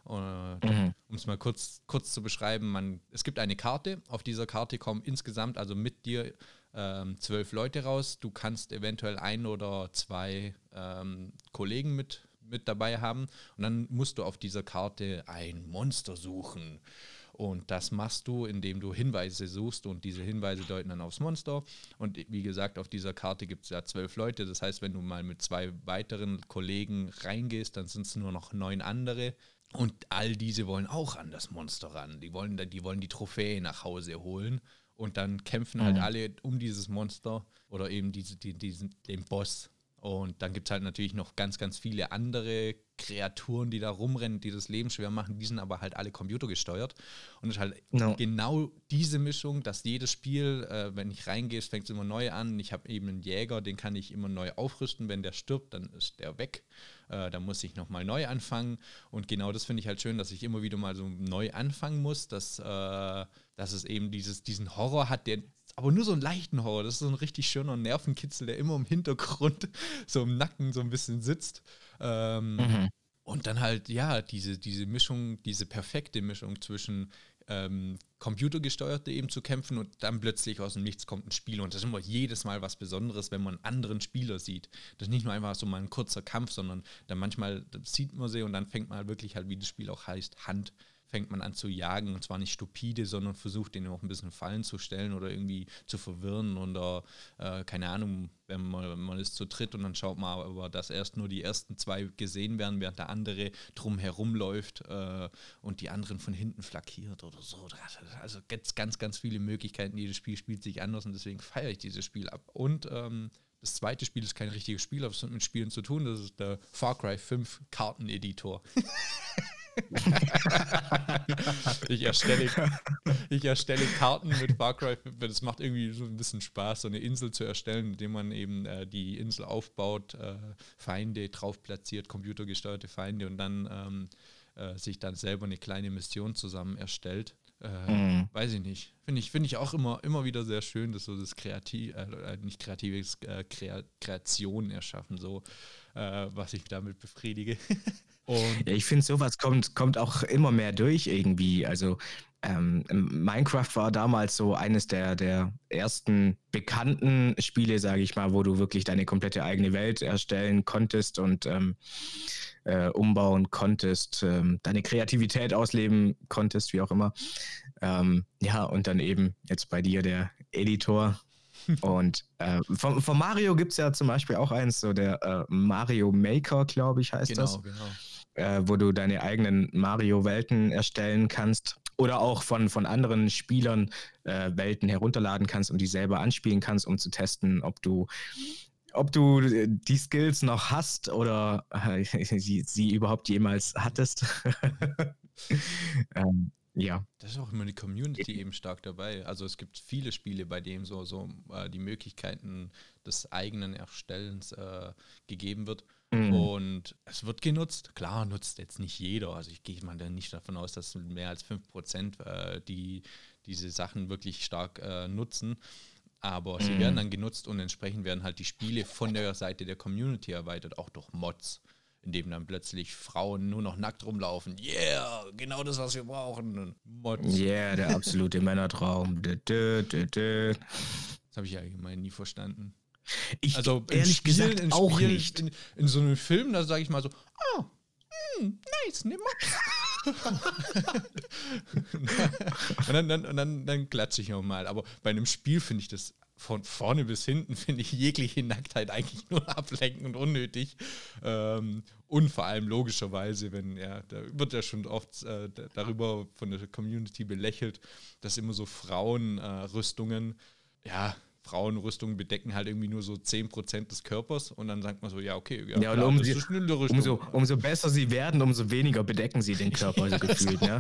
Um es mal kurz zu beschreiben, es gibt eine Karte, auf dieser Karte kommen insgesamt, also mit dir 12 Leute raus. Du kannst eventuell 1 oder 2 Kollegen mit dabei haben und dann musst du auf dieser Karte ein Monster suchen. Und das machst du, indem du Hinweise suchst und diese Hinweise deuten dann aufs Monster. Und wie gesagt, auf dieser Karte gibt es ja 12 Leute. Das heißt, wenn du mal mit 2 weiteren Kollegen reingehst, dann sind es nur noch 9 andere. Und all diese wollen auch an das Monster ran. Die wollen die Trophäe nach Hause holen. Und dann kämpfen halt alle um dieses Monster oder eben den Boss. Und dann gibt es halt natürlich noch ganz, ganz viele andere Kreaturen, die da rumrennen, die das Leben schwer machen. Die sind aber halt alle computergesteuert. Und es ist halt genau diese Mischung, dass jedes Spiel, wenn ich reingehe, fängt es immer neu an. Ich habe eben einen Jäger, den kann ich immer neu aufrüsten. Wenn der stirbt, dann ist der weg. Da muss ich nochmal neu anfangen. Und genau das finde ich halt schön, dass ich immer wieder mal so neu anfangen muss, dass es eben diesen Horror hat, der aber nur so einen leichten Horror. Das ist so ein richtig schöner Nervenkitzel, der immer im Hintergrund, so im Nacken so ein bisschen sitzt. Und dann halt, ja, diese Mischung, diese perfekte Mischung zwischen computergesteuerte eben zu kämpfen und dann plötzlich aus dem Nichts kommt ein Spiel und das ist immer jedes Mal was Besonderes, wenn man einen anderen Spieler sieht. Das ist nicht nur einfach so mal ein kurzer Kampf, sondern dann manchmal sieht man sie und dann fängt man halt wirklich halt, wie das Spiel auch heißt, Hand, fängt man an zu jagen und zwar nicht stupide, sondern versucht, den auch ein bisschen Fallen zu stellen oder irgendwie zu verwirren oder keine Ahnung, wenn man ist zu dritt und dann schaut man aber, dass erst nur die ersten 2 gesehen werden, während der andere drum herum läuft und die anderen von hinten flankiert oder so. Also ganz, ganz, ganz viele Möglichkeiten. Jedes Spiel spielt sich anders und deswegen feiere ich dieses Spiel ab. Und das zweite Spiel ist kein richtiges Spiel, aber es hat mit Spielen zu tun. Das ist der Far Cry 5 Karteneditor. Ich erstelle Karten mit Far Cry 5, das macht irgendwie so ein bisschen Spaß, so eine Insel zu erstellen, indem man eben die Insel aufbaut, Feinde drauf platziert, computergesteuerte Feinde und dann sich dann selber eine kleine Mission zusammen erstellt. Weiß ich nicht. Finde ich auch immer wieder sehr schön, dass so das Kreation erschaffen, so was ich damit befriedige. Und Ja, ich finde, sowas kommt auch immer mehr durch irgendwie. Also Minecraft war damals so eines der ersten bekannten Spiele, sage ich mal, wo du wirklich deine komplette eigene Welt erstellen konntest und umbauen konntest, deine Kreativität ausleben konntest, wie auch immer. Ja, und dann eben jetzt bei dir der Editor. Und von Mario gibt es ja zum Beispiel auch eins, so der Mario Maker, glaube ich, heißt das. genau. Wo du deine eigenen Mario-Welten erstellen kannst oder auch von anderen Spielern Welten herunterladen kannst und die selber anspielen kannst, um zu testen, ob ob du die Skills noch hast oder sie überhaupt jemals hattest. Ja. Das ist auch immer die Community eben stark dabei. Also es gibt viele Spiele, bei denen die Möglichkeiten des eigenen Erstellens gegeben wird. Mhm. Und es wird genutzt. Klar, nutzt jetzt nicht jeder. Also ich gehe mal dann nicht davon aus, dass mehr als 5% die diese Sachen wirklich stark nutzen. Aber sie werden dann genutzt und entsprechend werden halt die Spiele von der Seite der Community erweitert, auch durch Mods, in dem dann plötzlich Frauen nur noch nackt rumlaufen. Yeah, genau das, was wir brauchen. Mods. Yeah, der absolute Männertraum. Das habe ich allgemein nie verstanden. Ich Also ehrlich gesagt auch nicht. In so einem Film, da sage ich mal so, nice, ne Mods. und dann klatsche ich nochmal. Aber bei einem Spiel finde ich das von vorne bis hinten, finde ich jegliche Nacktheit eigentlich nur ablenkend und unnötig. Und vor allem logischerweise, da wird ja schon oft darüber von der Community belächelt, dass immer so Frauenrüstungen, Frauenrüstungen bedecken halt irgendwie nur so 10% des Körpers und dann sagt man so, ja, okay, ja, Ja, klar, und das ist eine Rüstung. umso besser sie werden, umso weniger bedecken sie den Körper, so gefühlt. Ne?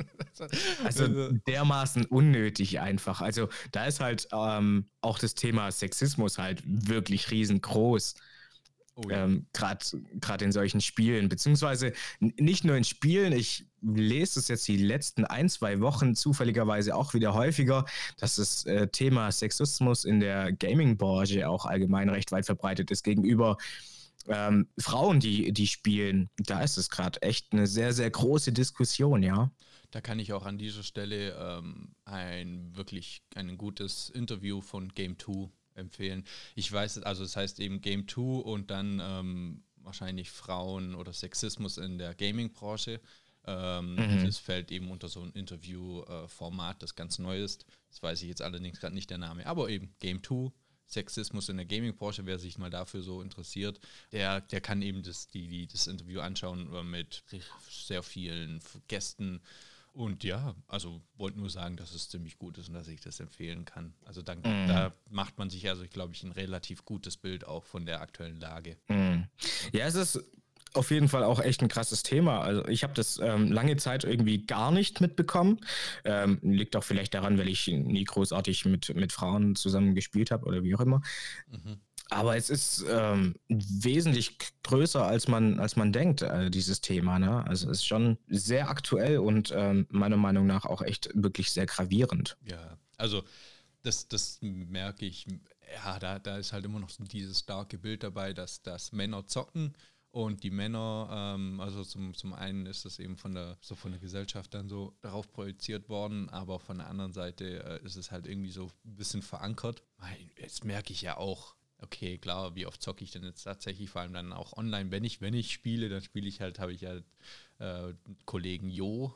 Also dermaßen unnötig einfach. Also da ist halt auch das Thema Sexismus halt wirklich riesengroß. Oh ja. Gerade in solchen Spielen, beziehungsweise nicht nur in Spielen, ich lese es jetzt die letzten 1-2 Wochen zufälligerweise auch wieder häufiger, dass das Thema Sexismus in der Gaming-Branche auch allgemein recht weit verbreitet ist gegenüber Frauen, die spielen. Da ist es gerade echt eine sehr, sehr große Diskussion, ja. Da kann ich auch an dieser Stelle ein gutes Interview von Game 2 empfehlen. Ich weiß, also es heißt eben Game 2 und dann wahrscheinlich Frauen oder Sexismus in der Gaming-Branche. Das fällt eben unter so ein Interview-Format, das ganz neu ist. Das weiß ich jetzt allerdings gerade nicht der Name. Aber eben Game 2, Sexismus in der Gaming-Branche, wer sich mal dafür so interessiert, der kann eben das Interview anschauen mit sehr vielen Gästen. Und ja, also wollte nur sagen, dass es ziemlich gut ist und dass ich das empfehlen kann. Also da macht man sich glaube ich, ein relativ gutes Bild auch von der aktuellen Lage. Ja, es ist auf jeden Fall auch echt ein krasses Thema. Also ich habe das lange Zeit irgendwie gar nicht mitbekommen. Liegt auch vielleicht daran, weil ich nie großartig mit Frauen zusammen gespielt habe oder wie auch immer. Aber es ist wesentlich größer, als man denkt, dieses Thema. Ne? Also es ist schon sehr aktuell und meiner Meinung nach auch echt wirklich sehr gravierend. Ja, also das merke ich. Ja, da ist halt immer noch dieses starke Bild dabei, dass Männer zocken und die Männer, also zum einen ist das eben von der Gesellschaft dann so darauf projiziert worden, aber von der anderen Seite ist es halt irgendwie so ein bisschen verankert. Jetzt merke ich ja auch, okay, klar, wie oft zocke ich denn jetzt tatsächlich, vor allem dann auch online, wenn ich spiele, dann spiele ich halt, habe ich halt Kollegen Jo.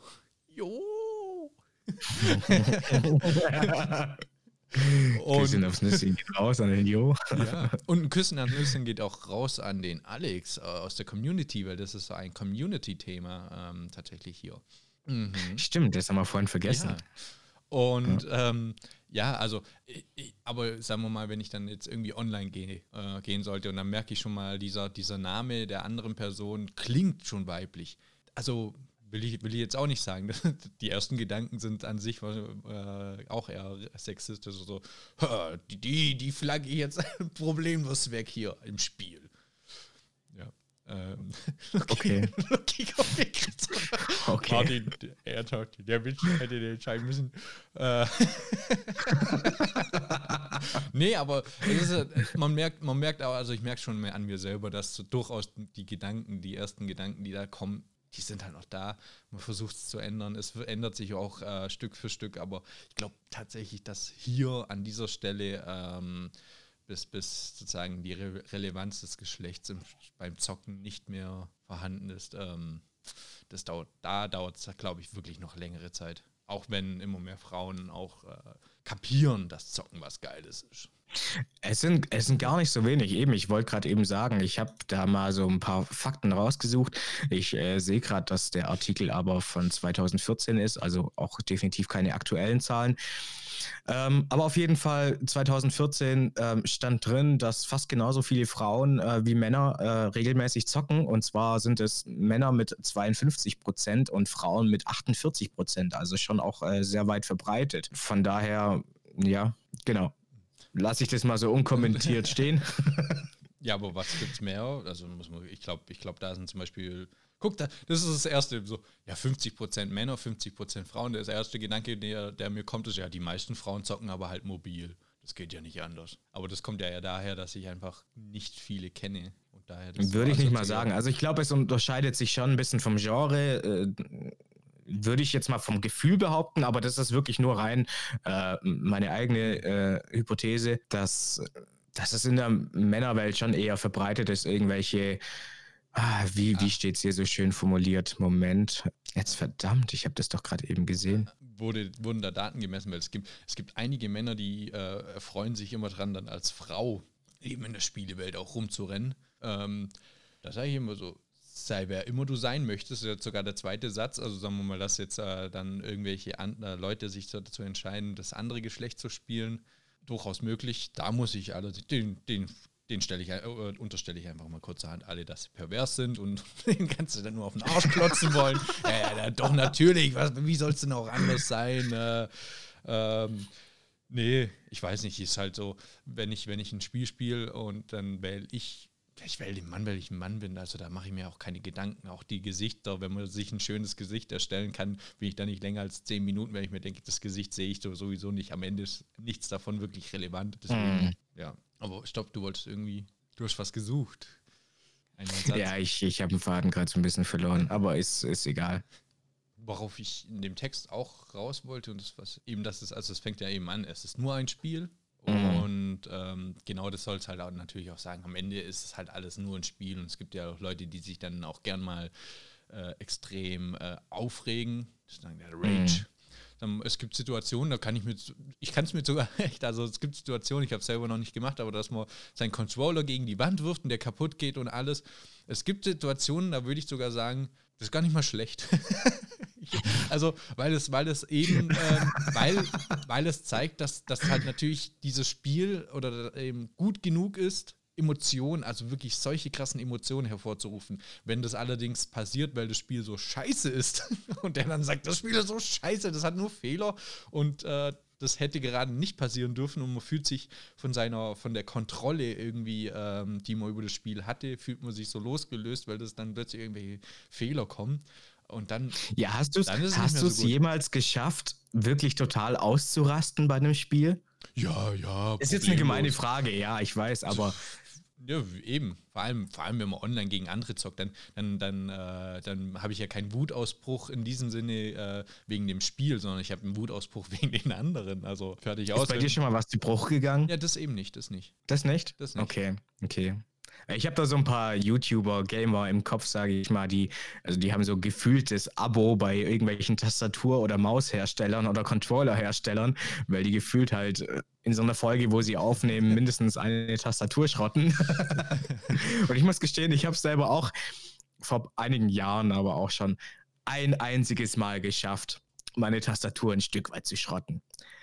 Küsschen aufs Nüsschen geht raus an den Jo. Ja, und ein Küssen ans Nüsschen geht auch raus an den Alex aus der Community, weil das ist so ein Community-Thema tatsächlich hier. Stimmt, das haben wir vorhin vergessen. Ja. Und also, aber sagen wir mal, wenn ich dann jetzt irgendwie online gehen sollte und dann merke ich schon mal, dieser Name der anderen Person klingt schon weiblich. Also will ich jetzt auch nicht sagen. Die ersten Gedanken sind an sich auch eher sexistisch. So, die flagge ich jetzt problemlos weg hier im Spiel. Ja. Okay. Okay. Martin, der Mensch hätte den entscheiden müssen. Nee, aber man merkt auch, also ich merke schon mehr an mir selber, dass so durchaus die ersten Gedanken, die da kommen, die sind halt noch da. Man versucht es zu ändern. Es ändert sich auch Stück für Stück, aber ich glaube tatsächlich, dass hier an dieser Stelle bis sozusagen die Relevanz des Geschlechts beim Zocken nicht mehr vorhanden ist. Da dauert es, glaube ich, wirklich noch längere Zeit. Auch wenn immer mehr Frauen auch kapieren, dass Zocken was Geiles ist. Es sind gar nicht so wenig. Eben, ich wollte gerade eben sagen, ich habe da mal so ein paar Fakten rausgesucht. Ich sehe gerade, dass der Artikel aber von 2014 ist, also auch definitiv keine aktuellen Zahlen. Aber auf jeden Fall 2014 stand drin, dass fast genauso viele Frauen wie Männer regelmäßig zocken. Und zwar sind es Männer mit 52% und Frauen mit 48%. Also schon auch sehr weit verbreitet. Von daher, ja, genau. Lasse ich das mal so unkommentiert stehen. Ja, aber was gibt's mehr? Also ich glaube, da sind zum Beispiel, guck, das ist das Erste, so, ja, 50% Männer, 50% Frauen. Der erste Gedanke, der mir kommt, ist ja, die meisten Frauen zocken aber halt mobil. Das geht ja nicht anders. Aber das kommt ja daher, dass ich einfach nicht viele kenne. Und daher das Würde ich nicht mal sagen. Also ich glaube, es unterscheidet sich schon ein bisschen vom Genre. Würde ich jetzt mal vom Gefühl behaupten, aber das ist wirklich nur rein meine eigene Hypothese, dass es in der Männerwelt schon eher verbreitet ist, irgendwelche, wie steht es hier so schön formuliert? Moment, jetzt verdammt, ich habe das doch gerade eben gesehen. Wurden da Daten gemessen, weil es gibt einige Männer, die freuen sich immer dran, dann als Frau eben in der Spielewelt auch rumzurennen. Da sage ich immer so, sei wer immer du sein möchtest, ist jetzt sogar der zweite Satz, also sagen wir mal, dass jetzt dann irgendwelche Leute sich dazu entscheiden, das andere Geschlecht zu spielen, durchaus möglich. Da muss ich unterstelle ich einfach mal kurzerhand alle, dass sie pervers sind und den kannst du dann nur auf den Arsch klotzen wollen. Ja, doch natürlich, wie soll es denn auch anders sein? Nee, ich weiß nicht, ist halt so, wenn ich ein Spiel spiele und dann wähle ich den Mann, weil ich ein Mann bin, also da mache ich mir auch keine Gedanken, auch die Gesichter, wenn man sich ein schönes Gesicht erstellen kann, bin ich da nicht länger als 10 Minuten, wenn ich mir denke, das Gesicht sehe ich sowieso nicht, am Ende ist nichts davon wirklich relevant, deswegen, ja. Aber stopp, du hast was gesucht. Ja, ich habe den Faden gerade so ein bisschen verloren, aber ist egal. Worauf ich in dem Text auch raus wollte und es fängt ja eben an, es ist nur ein Spiel. Und genau das soll es halt auch natürlich auch sagen. Am Ende ist es halt alles nur ein Spiel und es gibt ja auch Leute, die sich dann auch gern mal extrem aufregen. Das ist dann der Rage. Es gibt Situationen, da kann ich kann es mir sogar echt, also es gibt Situationen, ich habe es selber noch nicht gemacht, aber dass man seinen Controller gegen die Wand wirft und der kaputt geht und alles. Es gibt Situationen, da würde ich sogar sagen, das ist gar nicht mal schlecht. Also, weil es eben, weil es zeigt, dass halt natürlich dieses Spiel oder eben gut genug ist, Emotionen, also wirklich solche krassen Emotionen hervorzurufen. Wenn das allerdings passiert, weil das Spiel so scheiße ist und der dann sagt, das Spiel ist so scheiße, das hat nur Fehler und das hätte gerade nicht passieren dürfen und man fühlt sich von der Kontrolle irgendwie, die man über das Spiel hatte, fühlt man sich so losgelöst, weil das dann plötzlich irgendwelche Fehler kommen. Und dann. Ja, hast du es jemals geschafft, wirklich total auszurasten bei einem Spiel? Ja. Ist jetzt eine gemeine Frage, ja, ich weiß, aber. Ja, eben. Vor allem, wenn man online gegen andere zockt, dann habe ich ja keinen Wutausbruch in diesem Sinne wegen dem Spiel, sondern ich habe einen Wutausbruch wegen den anderen. Also fertig aus. Ist bei dir schon mal was zu Bruch gegangen? Ja, das eben nicht, das nicht. Das nicht? Das nicht. Okay. Ich habe da so ein paar YouTuber, Gamer im Kopf, sage ich mal, die haben so gefühltes Abo bei irgendwelchen Tastatur- oder Mausherstellern oder Controllerherstellern, weil die gefühlt halt in so einer Folge, wo sie aufnehmen, mindestens eine Tastatur schrotten. Und ich muss gestehen, ich habe es selber auch vor einigen Jahren, aber auch schon ein einziges Mal geschafft, meine Tastatur ein Stück weit zu schrotten.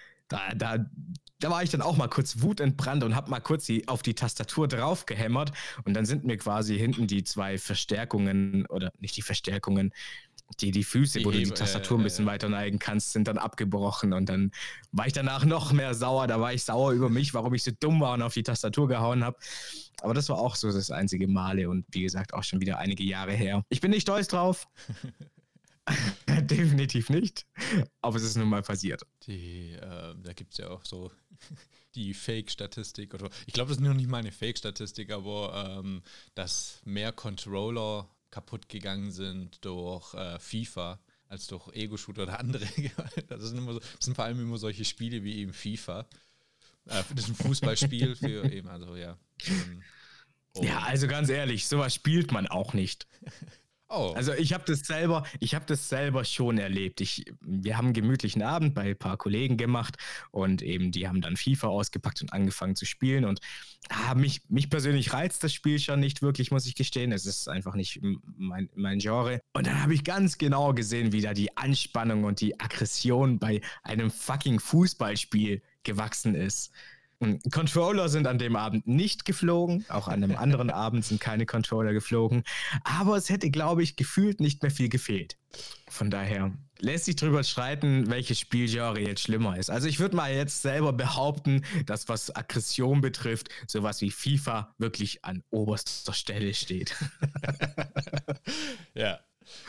Da war ich dann auch mal kurz wutentbrannt und habe mal kurz auf die Tastatur drauf gehämmert und dann sind mir quasi hinten die zwei Verstärkungen, oder nicht die Verstärkungen, die Füße, wo du die Tastatur ein bisschen weiter neigen kannst, sind dann abgebrochen und dann war ich danach noch mehr sauer. Da war ich sauer über mich, warum ich so dumm war und auf die Tastatur gehauen habe. Aber das war auch so das einzige Male und wie gesagt auch schon wieder einige Jahre her. Ich bin nicht stolz drauf. Definitiv nicht. Aber es ist nun mal passiert. Da gibt es ja auch so die Fake-Statistik. Oder ich glaube, das ist noch nicht mal eine Fake-Statistik, aber dass mehr Controller kaputt gegangen sind durch FIFA als durch Ego-Shooter oder andere. Das sind vor allem immer solche Spiele wie eben FIFA. Das ist ein Fußballspiel für eben, also ja. Ja, also ganz ehrlich, sowas spielt man auch nicht. Oh, Also ich habe das selber schon erlebt. Wir haben einen gemütlichen Abend bei ein paar Kollegen gemacht und eben die haben dann FIFA ausgepackt und angefangen zu spielen und mich persönlich reizt das Spiel schon nicht wirklich, muss ich gestehen. Es ist einfach nicht mein Genre. Und dann habe ich ganz genau gesehen, wie da die Anspannung und die Aggression bei einem fucking Fußballspiel gewachsen ist. Controller sind an dem Abend nicht geflogen, auch an einem anderen Abend sind keine Controller geflogen, aber es hätte, glaube ich, gefühlt nicht mehr viel gefehlt. Von daher lässt sich drüber streiten, welches Spielgenre jetzt schlimmer ist. Also ich würde mal jetzt selber behaupten, dass was Aggression betrifft, sowas wie FIFA wirklich an oberster Stelle steht. ja.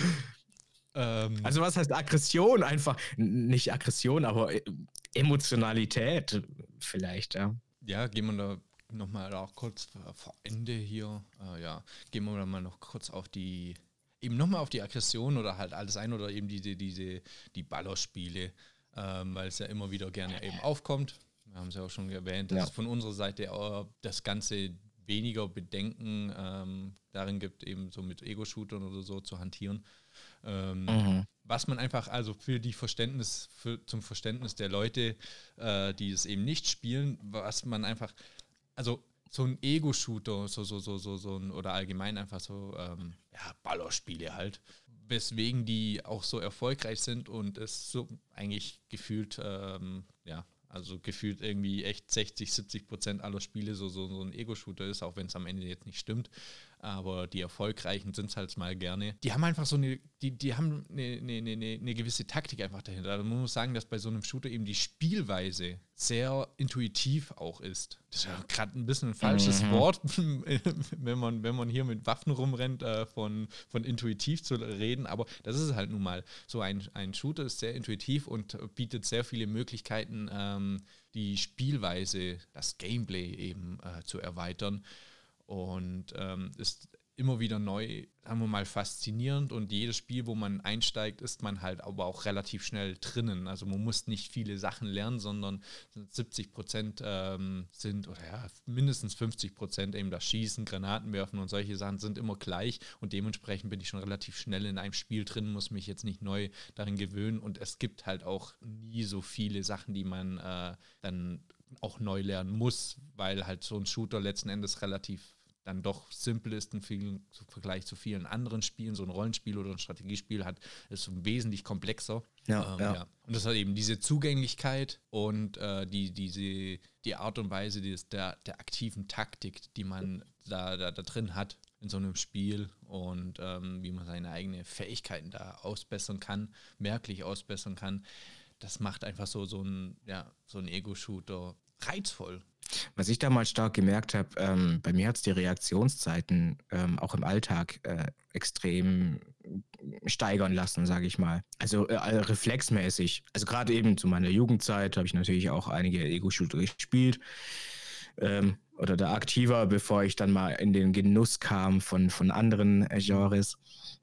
Also was heißt Aggression? Einfach nicht Aggression, aber Emotionalität vielleicht, ja. Ja, gehen wir da nochmal auch kurz vor Ende hier. Ja, gehen wir da mal noch kurz auf die, eben nochmal auf die Aggression oder halt alles ein oder eben die Ballerspiele, weil es ja immer wieder gerne eben aufkommt. Wir haben es ja auch schon erwähnt, dass es von unserer Seite das Ganze weniger Bedenken darin gibt, eben so mit Ego-Shootern oder so zu hantieren. Was man einfach, also zum Verständnis der Leute, die es eben nicht spielen, was man einfach, also so ein Ego-Shooter, so ein, oder allgemein einfach so, Ballerspiele halt, weswegen die auch so erfolgreich sind und es so eigentlich gefühlt, also gefühlt irgendwie echt 60-70% aller Spiele so ein Ego-Shooter ist, auch wenn es am Ende jetzt nicht stimmt. Aber die Erfolgreichen sind es halt mal gerne. Die haben einfach so die haben eine gewisse Taktik einfach dahinter. Also man muss sagen, dass bei so einem Shooter eben die Spielweise sehr intuitiv auch ist. Das ist ja gerade ein bisschen ein falsches Wort, wenn man hier mit Waffen rumrennt, von intuitiv zu reden. Aber das ist halt nun mal so ein Shooter, ist sehr intuitiv und bietet sehr viele Möglichkeiten, die Spielweise, das Gameplay eben zu erweitern. Und ist immer wieder neu, sagen wir mal, faszinierend und jedes Spiel, wo man einsteigt, ist man halt aber auch relativ schnell drinnen. Also man muss nicht viele Sachen lernen, sondern 70% sind, oder ja, mindestens 50% eben das Schießen, Granaten werfen und solche Sachen sind immer gleich und dementsprechend bin ich schon relativ schnell in einem Spiel drin, muss mich jetzt nicht neu darin gewöhnen und es gibt halt auch nie so viele Sachen, die man dann auch neu lernen muss, weil halt so ein Shooter letzten Endes relativ dann doch simpel ist im Vergleich zu vielen anderen Spielen. So ein Rollenspiel oder ein Strategiespiel ist wesentlich komplexer. Ja. Und das hat eben diese Zugänglichkeit und die Art und Weise der aktiven Taktik, die man da drin hat in so einem Spiel und wie man seine eigenen Fähigkeiten da merklich ausbessern kann. Das macht einfach so ein Ego-Shooter reizvoll. Was ich da mal stark gemerkt habe, bei mir hat es die Reaktionszeiten auch im Alltag extrem steigern lassen, sage ich mal. Also reflexmäßig. Also gerade eben zu meiner Jugendzeit habe ich natürlich auch einige Ego-Shooter gespielt. Oder da aktiver, bevor ich dann mal in den Genuss kam von anderen Genres.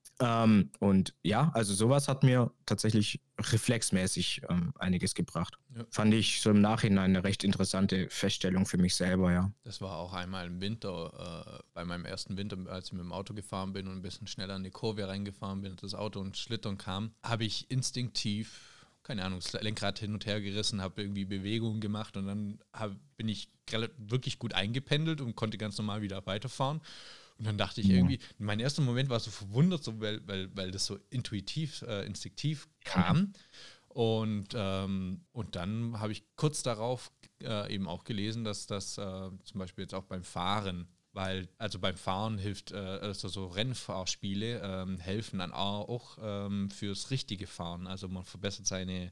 Und ja, also sowas hat mir tatsächlich reflexmäßig einiges gebracht. Ja. Fand ich so im Nachhinein eine recht interessante Feststellung für mich selber, ja. Das war auch einmal im Winter, bei meinem ersten Winter, als ich mit dem Auto gefahren bin und ein bisschen schneller in die Kurve reingefahren bin und das Auto ins Schlittern kam, habe ich instinktiv, keine Ahnung, das Lenkrad hin und her gerissen, habe irgendwie Bewegungen gemacht und dann bin ich wirklich gut eingependelt und konnte ganz normal wieder weiterfahren. Und dann dachte ich irgendwie, mein erster Moment war so verwundert, so, weil das so instinktiv kam. Und dann habe ich kurz darauf eben auch gelesen, dass das zum Beispiel jetzt auch beim Fahren, also beim Fahren hilft, also so Rennfahrspiele helfen dann auch fürs richtige Fahren. Also man verbessert seine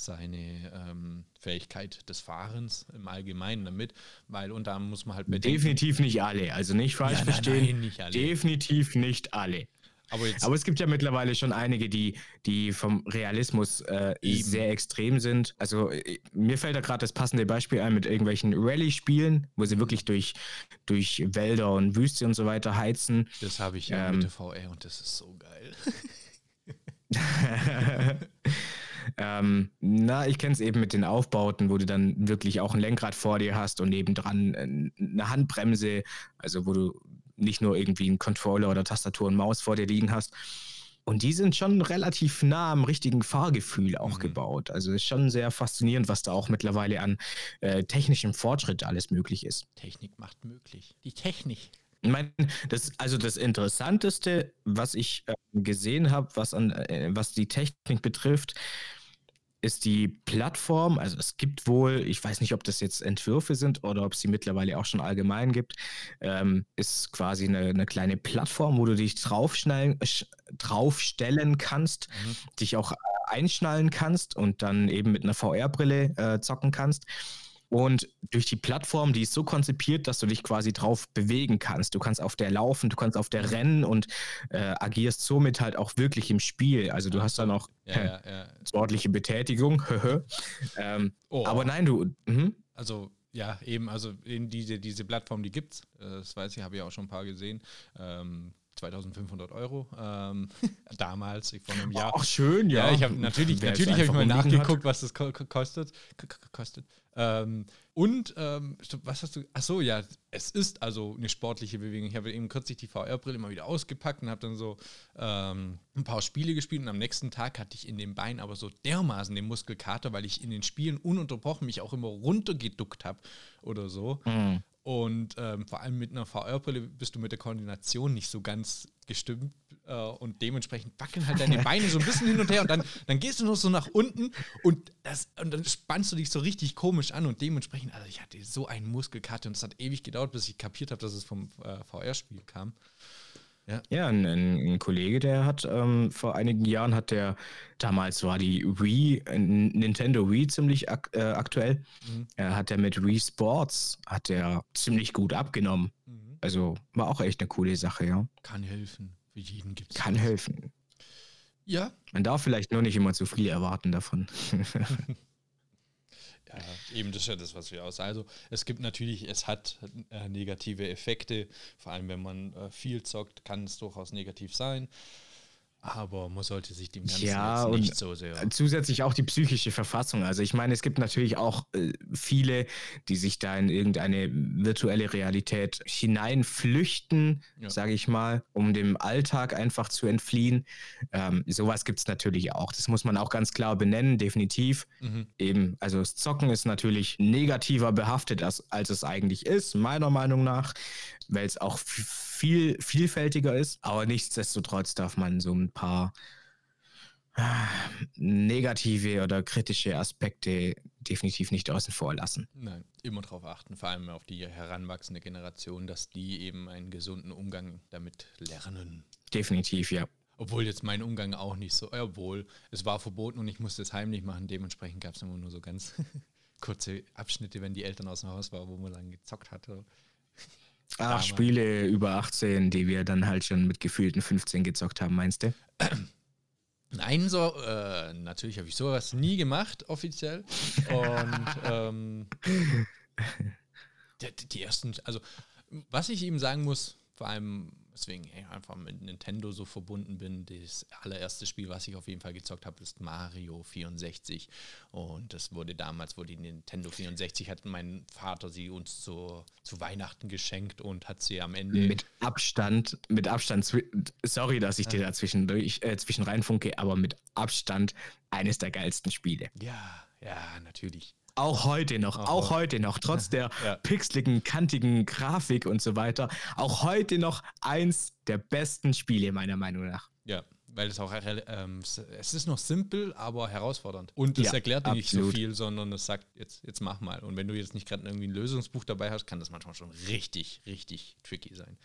Fähigkeit des Fahrens im Allgemeinen damit, weil und da muss man halt bedenken. Definitiv nicht alle, also nicht falsch verstehen. Nein, nicht alle. Definitiv nicht alle. Aber es gibt ja mittlerweile schon einige, die vom Realismus sehr extrem sind. Also mir fällt da gerade das passende Beispiel ein mit irgendwelchen Rallye-Spielen, wo sie wirklich durch Wälder und Wüste und so weiter heizen. Das habe ich ja mit der VR und das ist so geil. Ich kenne es eben mit den Aufbauten, wo du dann wirklich auch ein Lenkrad vor dir hast und nebendran eine Handbremse, also wo du nicht nur irgendwie einen Controller oder Tastatur und Maus vor dir liegen hast. Und die sind schon relativ nah am richtigen Fahrgefühl auch gebaut. Also ist schon sehr faszinierend, was da auch mittlerweile an technischem Fortschritt alles möglich ist. Technik macht möglich. Die Technik. Ich meine, das Interessanteste, was ich gesehen habe, was die Technik betrifft, ist die Plattform. Also es gibt wohl, ich weiß nicht, ob das jetzt Entwürfe sind oder ob es sie mittlerweile auch schon allgemein gibt, ist quasi eine kleine Plattform, wo du dich draufstellen kannst, dich auch einschnallen kannst und dann eben mit einer VR-Brille zocken kannst. Und durch die Plattform, die ist so konzipiert, dass du dich quasi drauf bewegen kannst. Du kannst auf der laufen, du kannst auf der rennen und agierst somit halt auch wirklich im Spiel. Also du hast dann auch sportliche Betätigung. Aber nein, Also ja, eben, also in diese Plattform, die gibt's. Das weiß ich, habe ich auch schon ein paar gesehen. 2.500 Euro. Damals, vor einem Jahr. Ach, schön, ja. Ja, ich habe natürlich habe ich mal nachgeguckt, was das kostet. Was hast du? Achso, ja, es ist also eine sportliche Bewegung. Ich habe eben kürzlich die VR-Brille mal wieder ausgepackt und habe dann so ein paar Spiele gespielt und am nächsten Tag hatte ich in den Beinen aber so dermaßen den Muskelkater, weil ich in den Spielen ununterbrochen mich auch immer runtergeduckt habe oder so. Und vor allem mit einer VR-Brille bist du mit der Koordination nicht so ganz gestimmt und dementsprechend wackeln halt deine Beine so ein bisschen hin und her und dann gehst du noch so nach unten und dann spannst du dich so richtig komisch an und dementsprechend, also ich hatte so einen Muskelkater und es hat ewig gedauert, bis ich kapiert habe, dass es vom VR-Spiel kam. Ja, ein Kollege, der hat vor einigen Jahren damals war die Nintendo Wii ziemlich aktuell, hat er mit Wii Sports, ziemlich gut abgenommen. Also war auch echt eine coole Sache, ja. Kann helfen, für jeden gibt's. Kann helfen. Ja. Man darf vielleicht nur nicht immer zu viel erwarten davon. Ja, eben das ist ja das, was wir aus. Also es hat negative Effekte, vor allem wenn man viel zockt, kann es durchaus negativ sein. Aber man sollte sich dem Ganzen jetzt nicht so sehr... Zusätzlich auch die psychische Verfassung. Also ich meine, es gibt natürlich auch viele, die sich da in irgendeine virtuelle Realität hineinflüchten, sage ich mal, um dem Alltag einfach zu entfliehen. Sowas gibt es natürlich auch. Das muss man auch ganz klar benennen, definitiv. Eben, also das Zocken ist natürlich negativer behaftet, als es eigentlich ist, meiner Meinung nach, weil es auch vielfältiger ist, aber nichtsdestotrotz darf man so ein paar negative oder kritische Aspekte definitiv nicht außen vor lassen. Nein, immer darauf achten, vor allem auf die heranwachsende Generation, dass die eben einen gesunden Umgang damit lernen. Definitiv, ja. Obwohl jetzt mein Umgang auch nicht so, obwohl es war verboten und ich musste es heimlich machen, dementsprechend gab es immer nur so ganz kurze Abschnitte, wenn die Eltern aus dem Haus waren, wo man dann gezockt hatte. Ach, Spiele über 18, die wir dann halt schon mit gefühlten 15 gezockt haben, meinst du? Nein, natürlich habe ich sowas nie gemacht, offiziell. Und die ersten, also was ich eben sagen muss, vor allem weswegen ich einfach mit Nintendo so verbunden bin, das allererste Spiel, was ich auf jeden Fall gezockt habe, ist Mario 64 und das wurde damals, wo die Nintendo 64 hat mein Vater sie uns zu Weihnachten geschenkt und hat sie am Ende... Mit Abstand, sorry, dass ich dir da zwischen reinfunke, aber mit Abstand eines der geilsten Spiele. Ja, natürlich. Auch heute noch, trotz der pixeligen, kantigen Grafik und so weiter, auch heute noch eins der besten Spiele, meiner Meinung nach. Ja, weil es auch, es ist noch simpel, aber herausfordernd. Und es erklärt dir nicht so viel, sondern es sagt, jetzt mach mal. Und wenn du jetzt nicht gerade irgendwie ein Lösungsbuch dabei hast, kann das manchmal schon richtig, richtig tricky sein.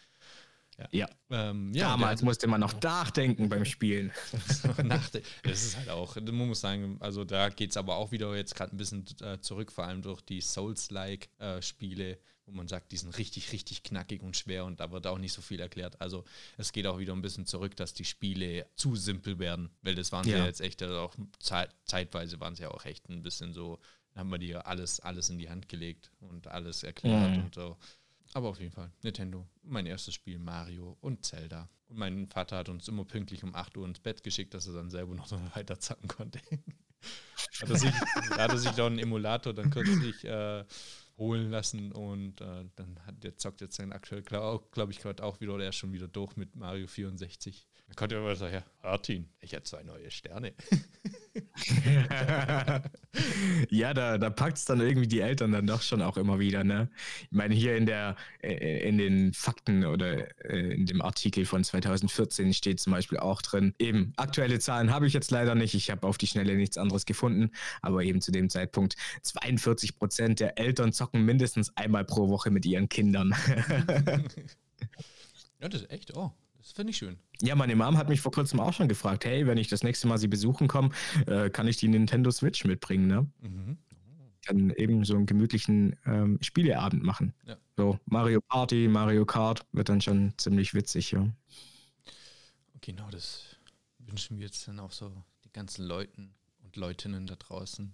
Damals musste man noch nachdenken beim Spielen. Das ist halt auch, man muss sagen, also da geht es aber auch wieder jetzt gerade ein bisschen zurück, vor allem durch die Souls-like-Spiele, wo man sagt, die sind richtig, richtig knackig und schwer und da wird auch nicht so viel erklärt. Also es geht auch wieder ein bisschen zurück, dass die Spiele zu simpel werden, weil das waren sie ja jetzt echt, also auch zeitweise waren sie ja auch echt ein bisschen so, haben wir dir alles in die Hand gelegt und alles erklärt und so. Aber auf jeden Fall, Nintendo, mein erstes Spiel, Mario und Zelda. Und mein Vater hat uns immer pünktlich um 8 Uhr ins Bett geschickt, dass er dann selber noch weiter zocken konnte. Hat er sich doch einen Emulator dann kürzlich holen lassen und der zockt jetzt sein aktuell, glaube ich, gerade auch wieder, oder er ist schon wieder durch mit Mario 64. Da konnte er immer sagen, ja, Martin, ich habe 2 neue Sterne. Ja, da packt es dann irgendwie die Eltern dann doch schon auch immer wieder, ne? Ich meine, hier in den Fakten oder in dem Artikel von 2014 steht zum Beispiel auch drin, eben, aktuelle Zahlen habe ich jetzt leider nicht, ich habe auf die Schnelle nichts anderes gefunden, aber eben zu dem Zeitpunkt 42% der Eltern zocken mindestens einmal pro Woche mit ihren Kindern. Ja, das ist echt, das finde ich schön. Ja, meine Mom hat mich vor kurzem auch schon gefragt, hey, wenn ich das nächste Mal sie besuchen komme, kann ich die Nintendo Switch mitbringen, ne? Mhm. Dann eben so einen gemütlichen Spieleabend machen. Ja. So Mario Party, Mario Kart wird dann schon ziemlich witzig, ja. Genau, das wünschen wir jetzt dann auch so die ganzen Leuten und Leutinnen da draußen.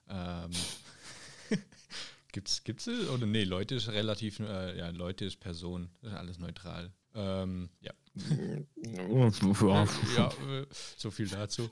Gibt's oder nee, Leute ist relativ, Leute ist Person, das ist alles neutral. Ja. Ja, so viel dazu.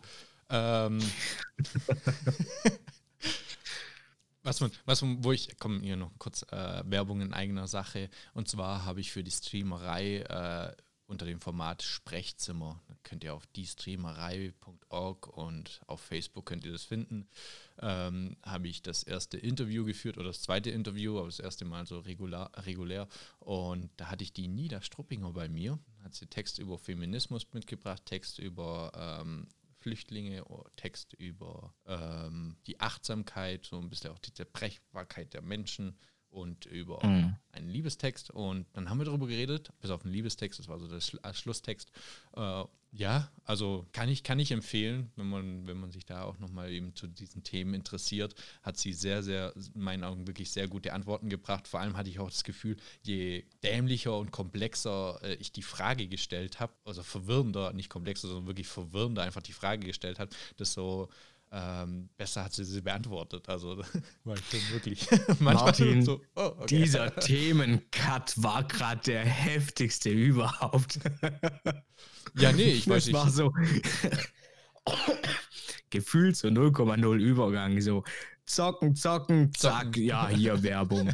Wo ich, komm hier noch kurz, Werbung in eigener Sache. Und zwar habe ich für die Streamerei unter dem Format Sprechzimmer, da könnt ihr auf diestreamerei.org und auf Facebook könnt ihr das finden, habe ich das erste Interview geführt oder das zweite Interview, aber das erste Mal so regulär. Und da hatte ich die Nida Struppinger bei mir, hat sie Text über Feminismus mitgebracht, Text über Flüchtlinge, Text über die Achtsamkeit, so ein bisschen auch die Zerbrechbarkeit der Menschen und über einen Liebestext. Und dann haben wir darüber geredet, bis auf den Liebestext, das war so der Schlusstext. Ja, also kann ich empfehlen, wenn man sich da auch nochmal eben zu diesen Themen interessiert, hat sie sehr, sehr, in meinen Augen wirklich sehr gute Antworten gebracht. Vor allem hatte ich auch das Gefühl, je dämlicher und komplexer ich die Frage gestellt habe, also verwirrender, nicht komplexer, sondern wirklich verwirrender einfach die Frage gestellt habe, desto besser hat sie beantwortet. Also war ich schon wirklich manchmal Martin, so, okay. Dieser Themencut war gerade der heftigste überhaupt. Ja, nee, ich weiß nicht. Das war so gefühlt so 0,0 Übergang, so zocken, zack, ja, hier Werbung.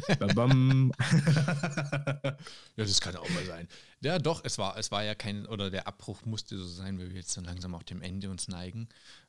Ja, das kann auch mal sein. Ja, doch, es war ja kein, oder der Abbruch musste so sein, weil wir jetzt dann langsam auch dem Ende uns neigen.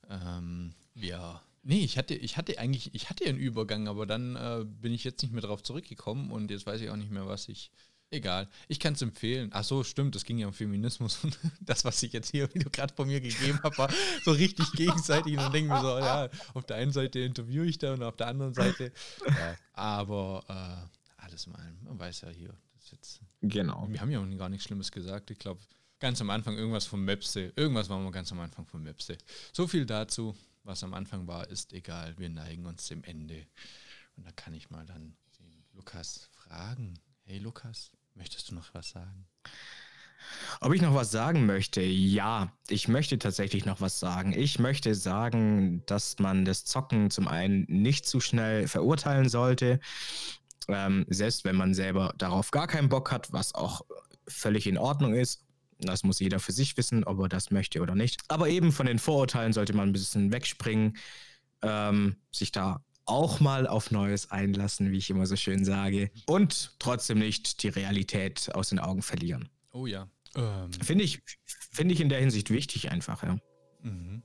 Nee, ich hatte einen Übergang, aber dann bin ich jetzt nicht mehr drauf zurückgekommen und jetzt weiß ich auch nicht mehr, egal, ich kann es empfehlen. Ach so, stimmt, es ging ja um Feminismus und das, was ich jetzt hier gerade von mir gegeben habe, war so richtig gegenseitig und dann denken wir so, ja, auf der einen Seite interviewe ich da und auf der anderen Seite, ja, aber alles mal, man weiß ja hier, das ist jetzt, genau. Wir haben ja auch gar nichts Schlimmes gesagt, ich glaube, ganz am Anfang irgendwas vom Möpse, irgendwas waren wir ganz am Anfang vom Möpse. So viel dazu, was am Anfang war, ist egal, wir neigen uns dem Ende und da kann ich mal dann den Lukas fragen. Hey Lukas, möchtest du noch was sagen? Ob ich noch was sagen möchte? Ja, ich möchte tatsächlich noch was sagen. Ich möchte sagen, dass man das Zocken zum einen nicht zu schnell verurteilen sollte, selbst wenn man selber darauf gar keinen Bock hat, was auch völlig in Ordnung ist. Das muss jeder für sich wissen, ob er das möchte oder nicht. Aber eben von den Vorurteilen sollte man ein bisschen wegspringen, sich da auch mal auf Neues einlassen, wie ich immer so schön sage. Und trotzdem nicht die Realität aus den Augen verlieren. Oh ja. Finde ich in der Hinsicht wichtig einfach, ja. Mhm.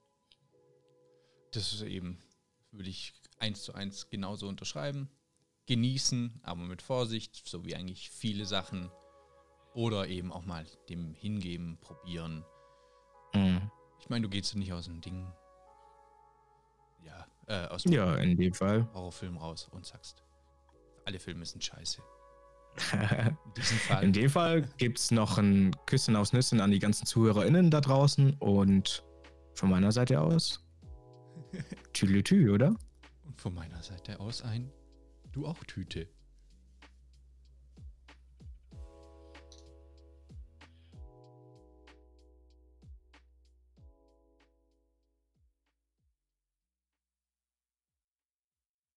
Das ist eben, würde ich 1:1 genauso unterschreiben. Genießen, aber mit Vorsicht, so wie eigentlich viele Sachen. Oder eben auch mal dem hingeben, probieren. Mhm. Ich meine, du gehst nicht aus dem Ding, aus Ja, in dem Fall. Horrorfilm raus und sagst, alle Filme sind scheiße. In dem Fall gibt es noch ein Küsschen aus Nüssen an die ganzen ZuhörerInnen da draußen und von meiner Seite aus Tüdelütü, oder? Und von meiner Seite aus du auch Tüte.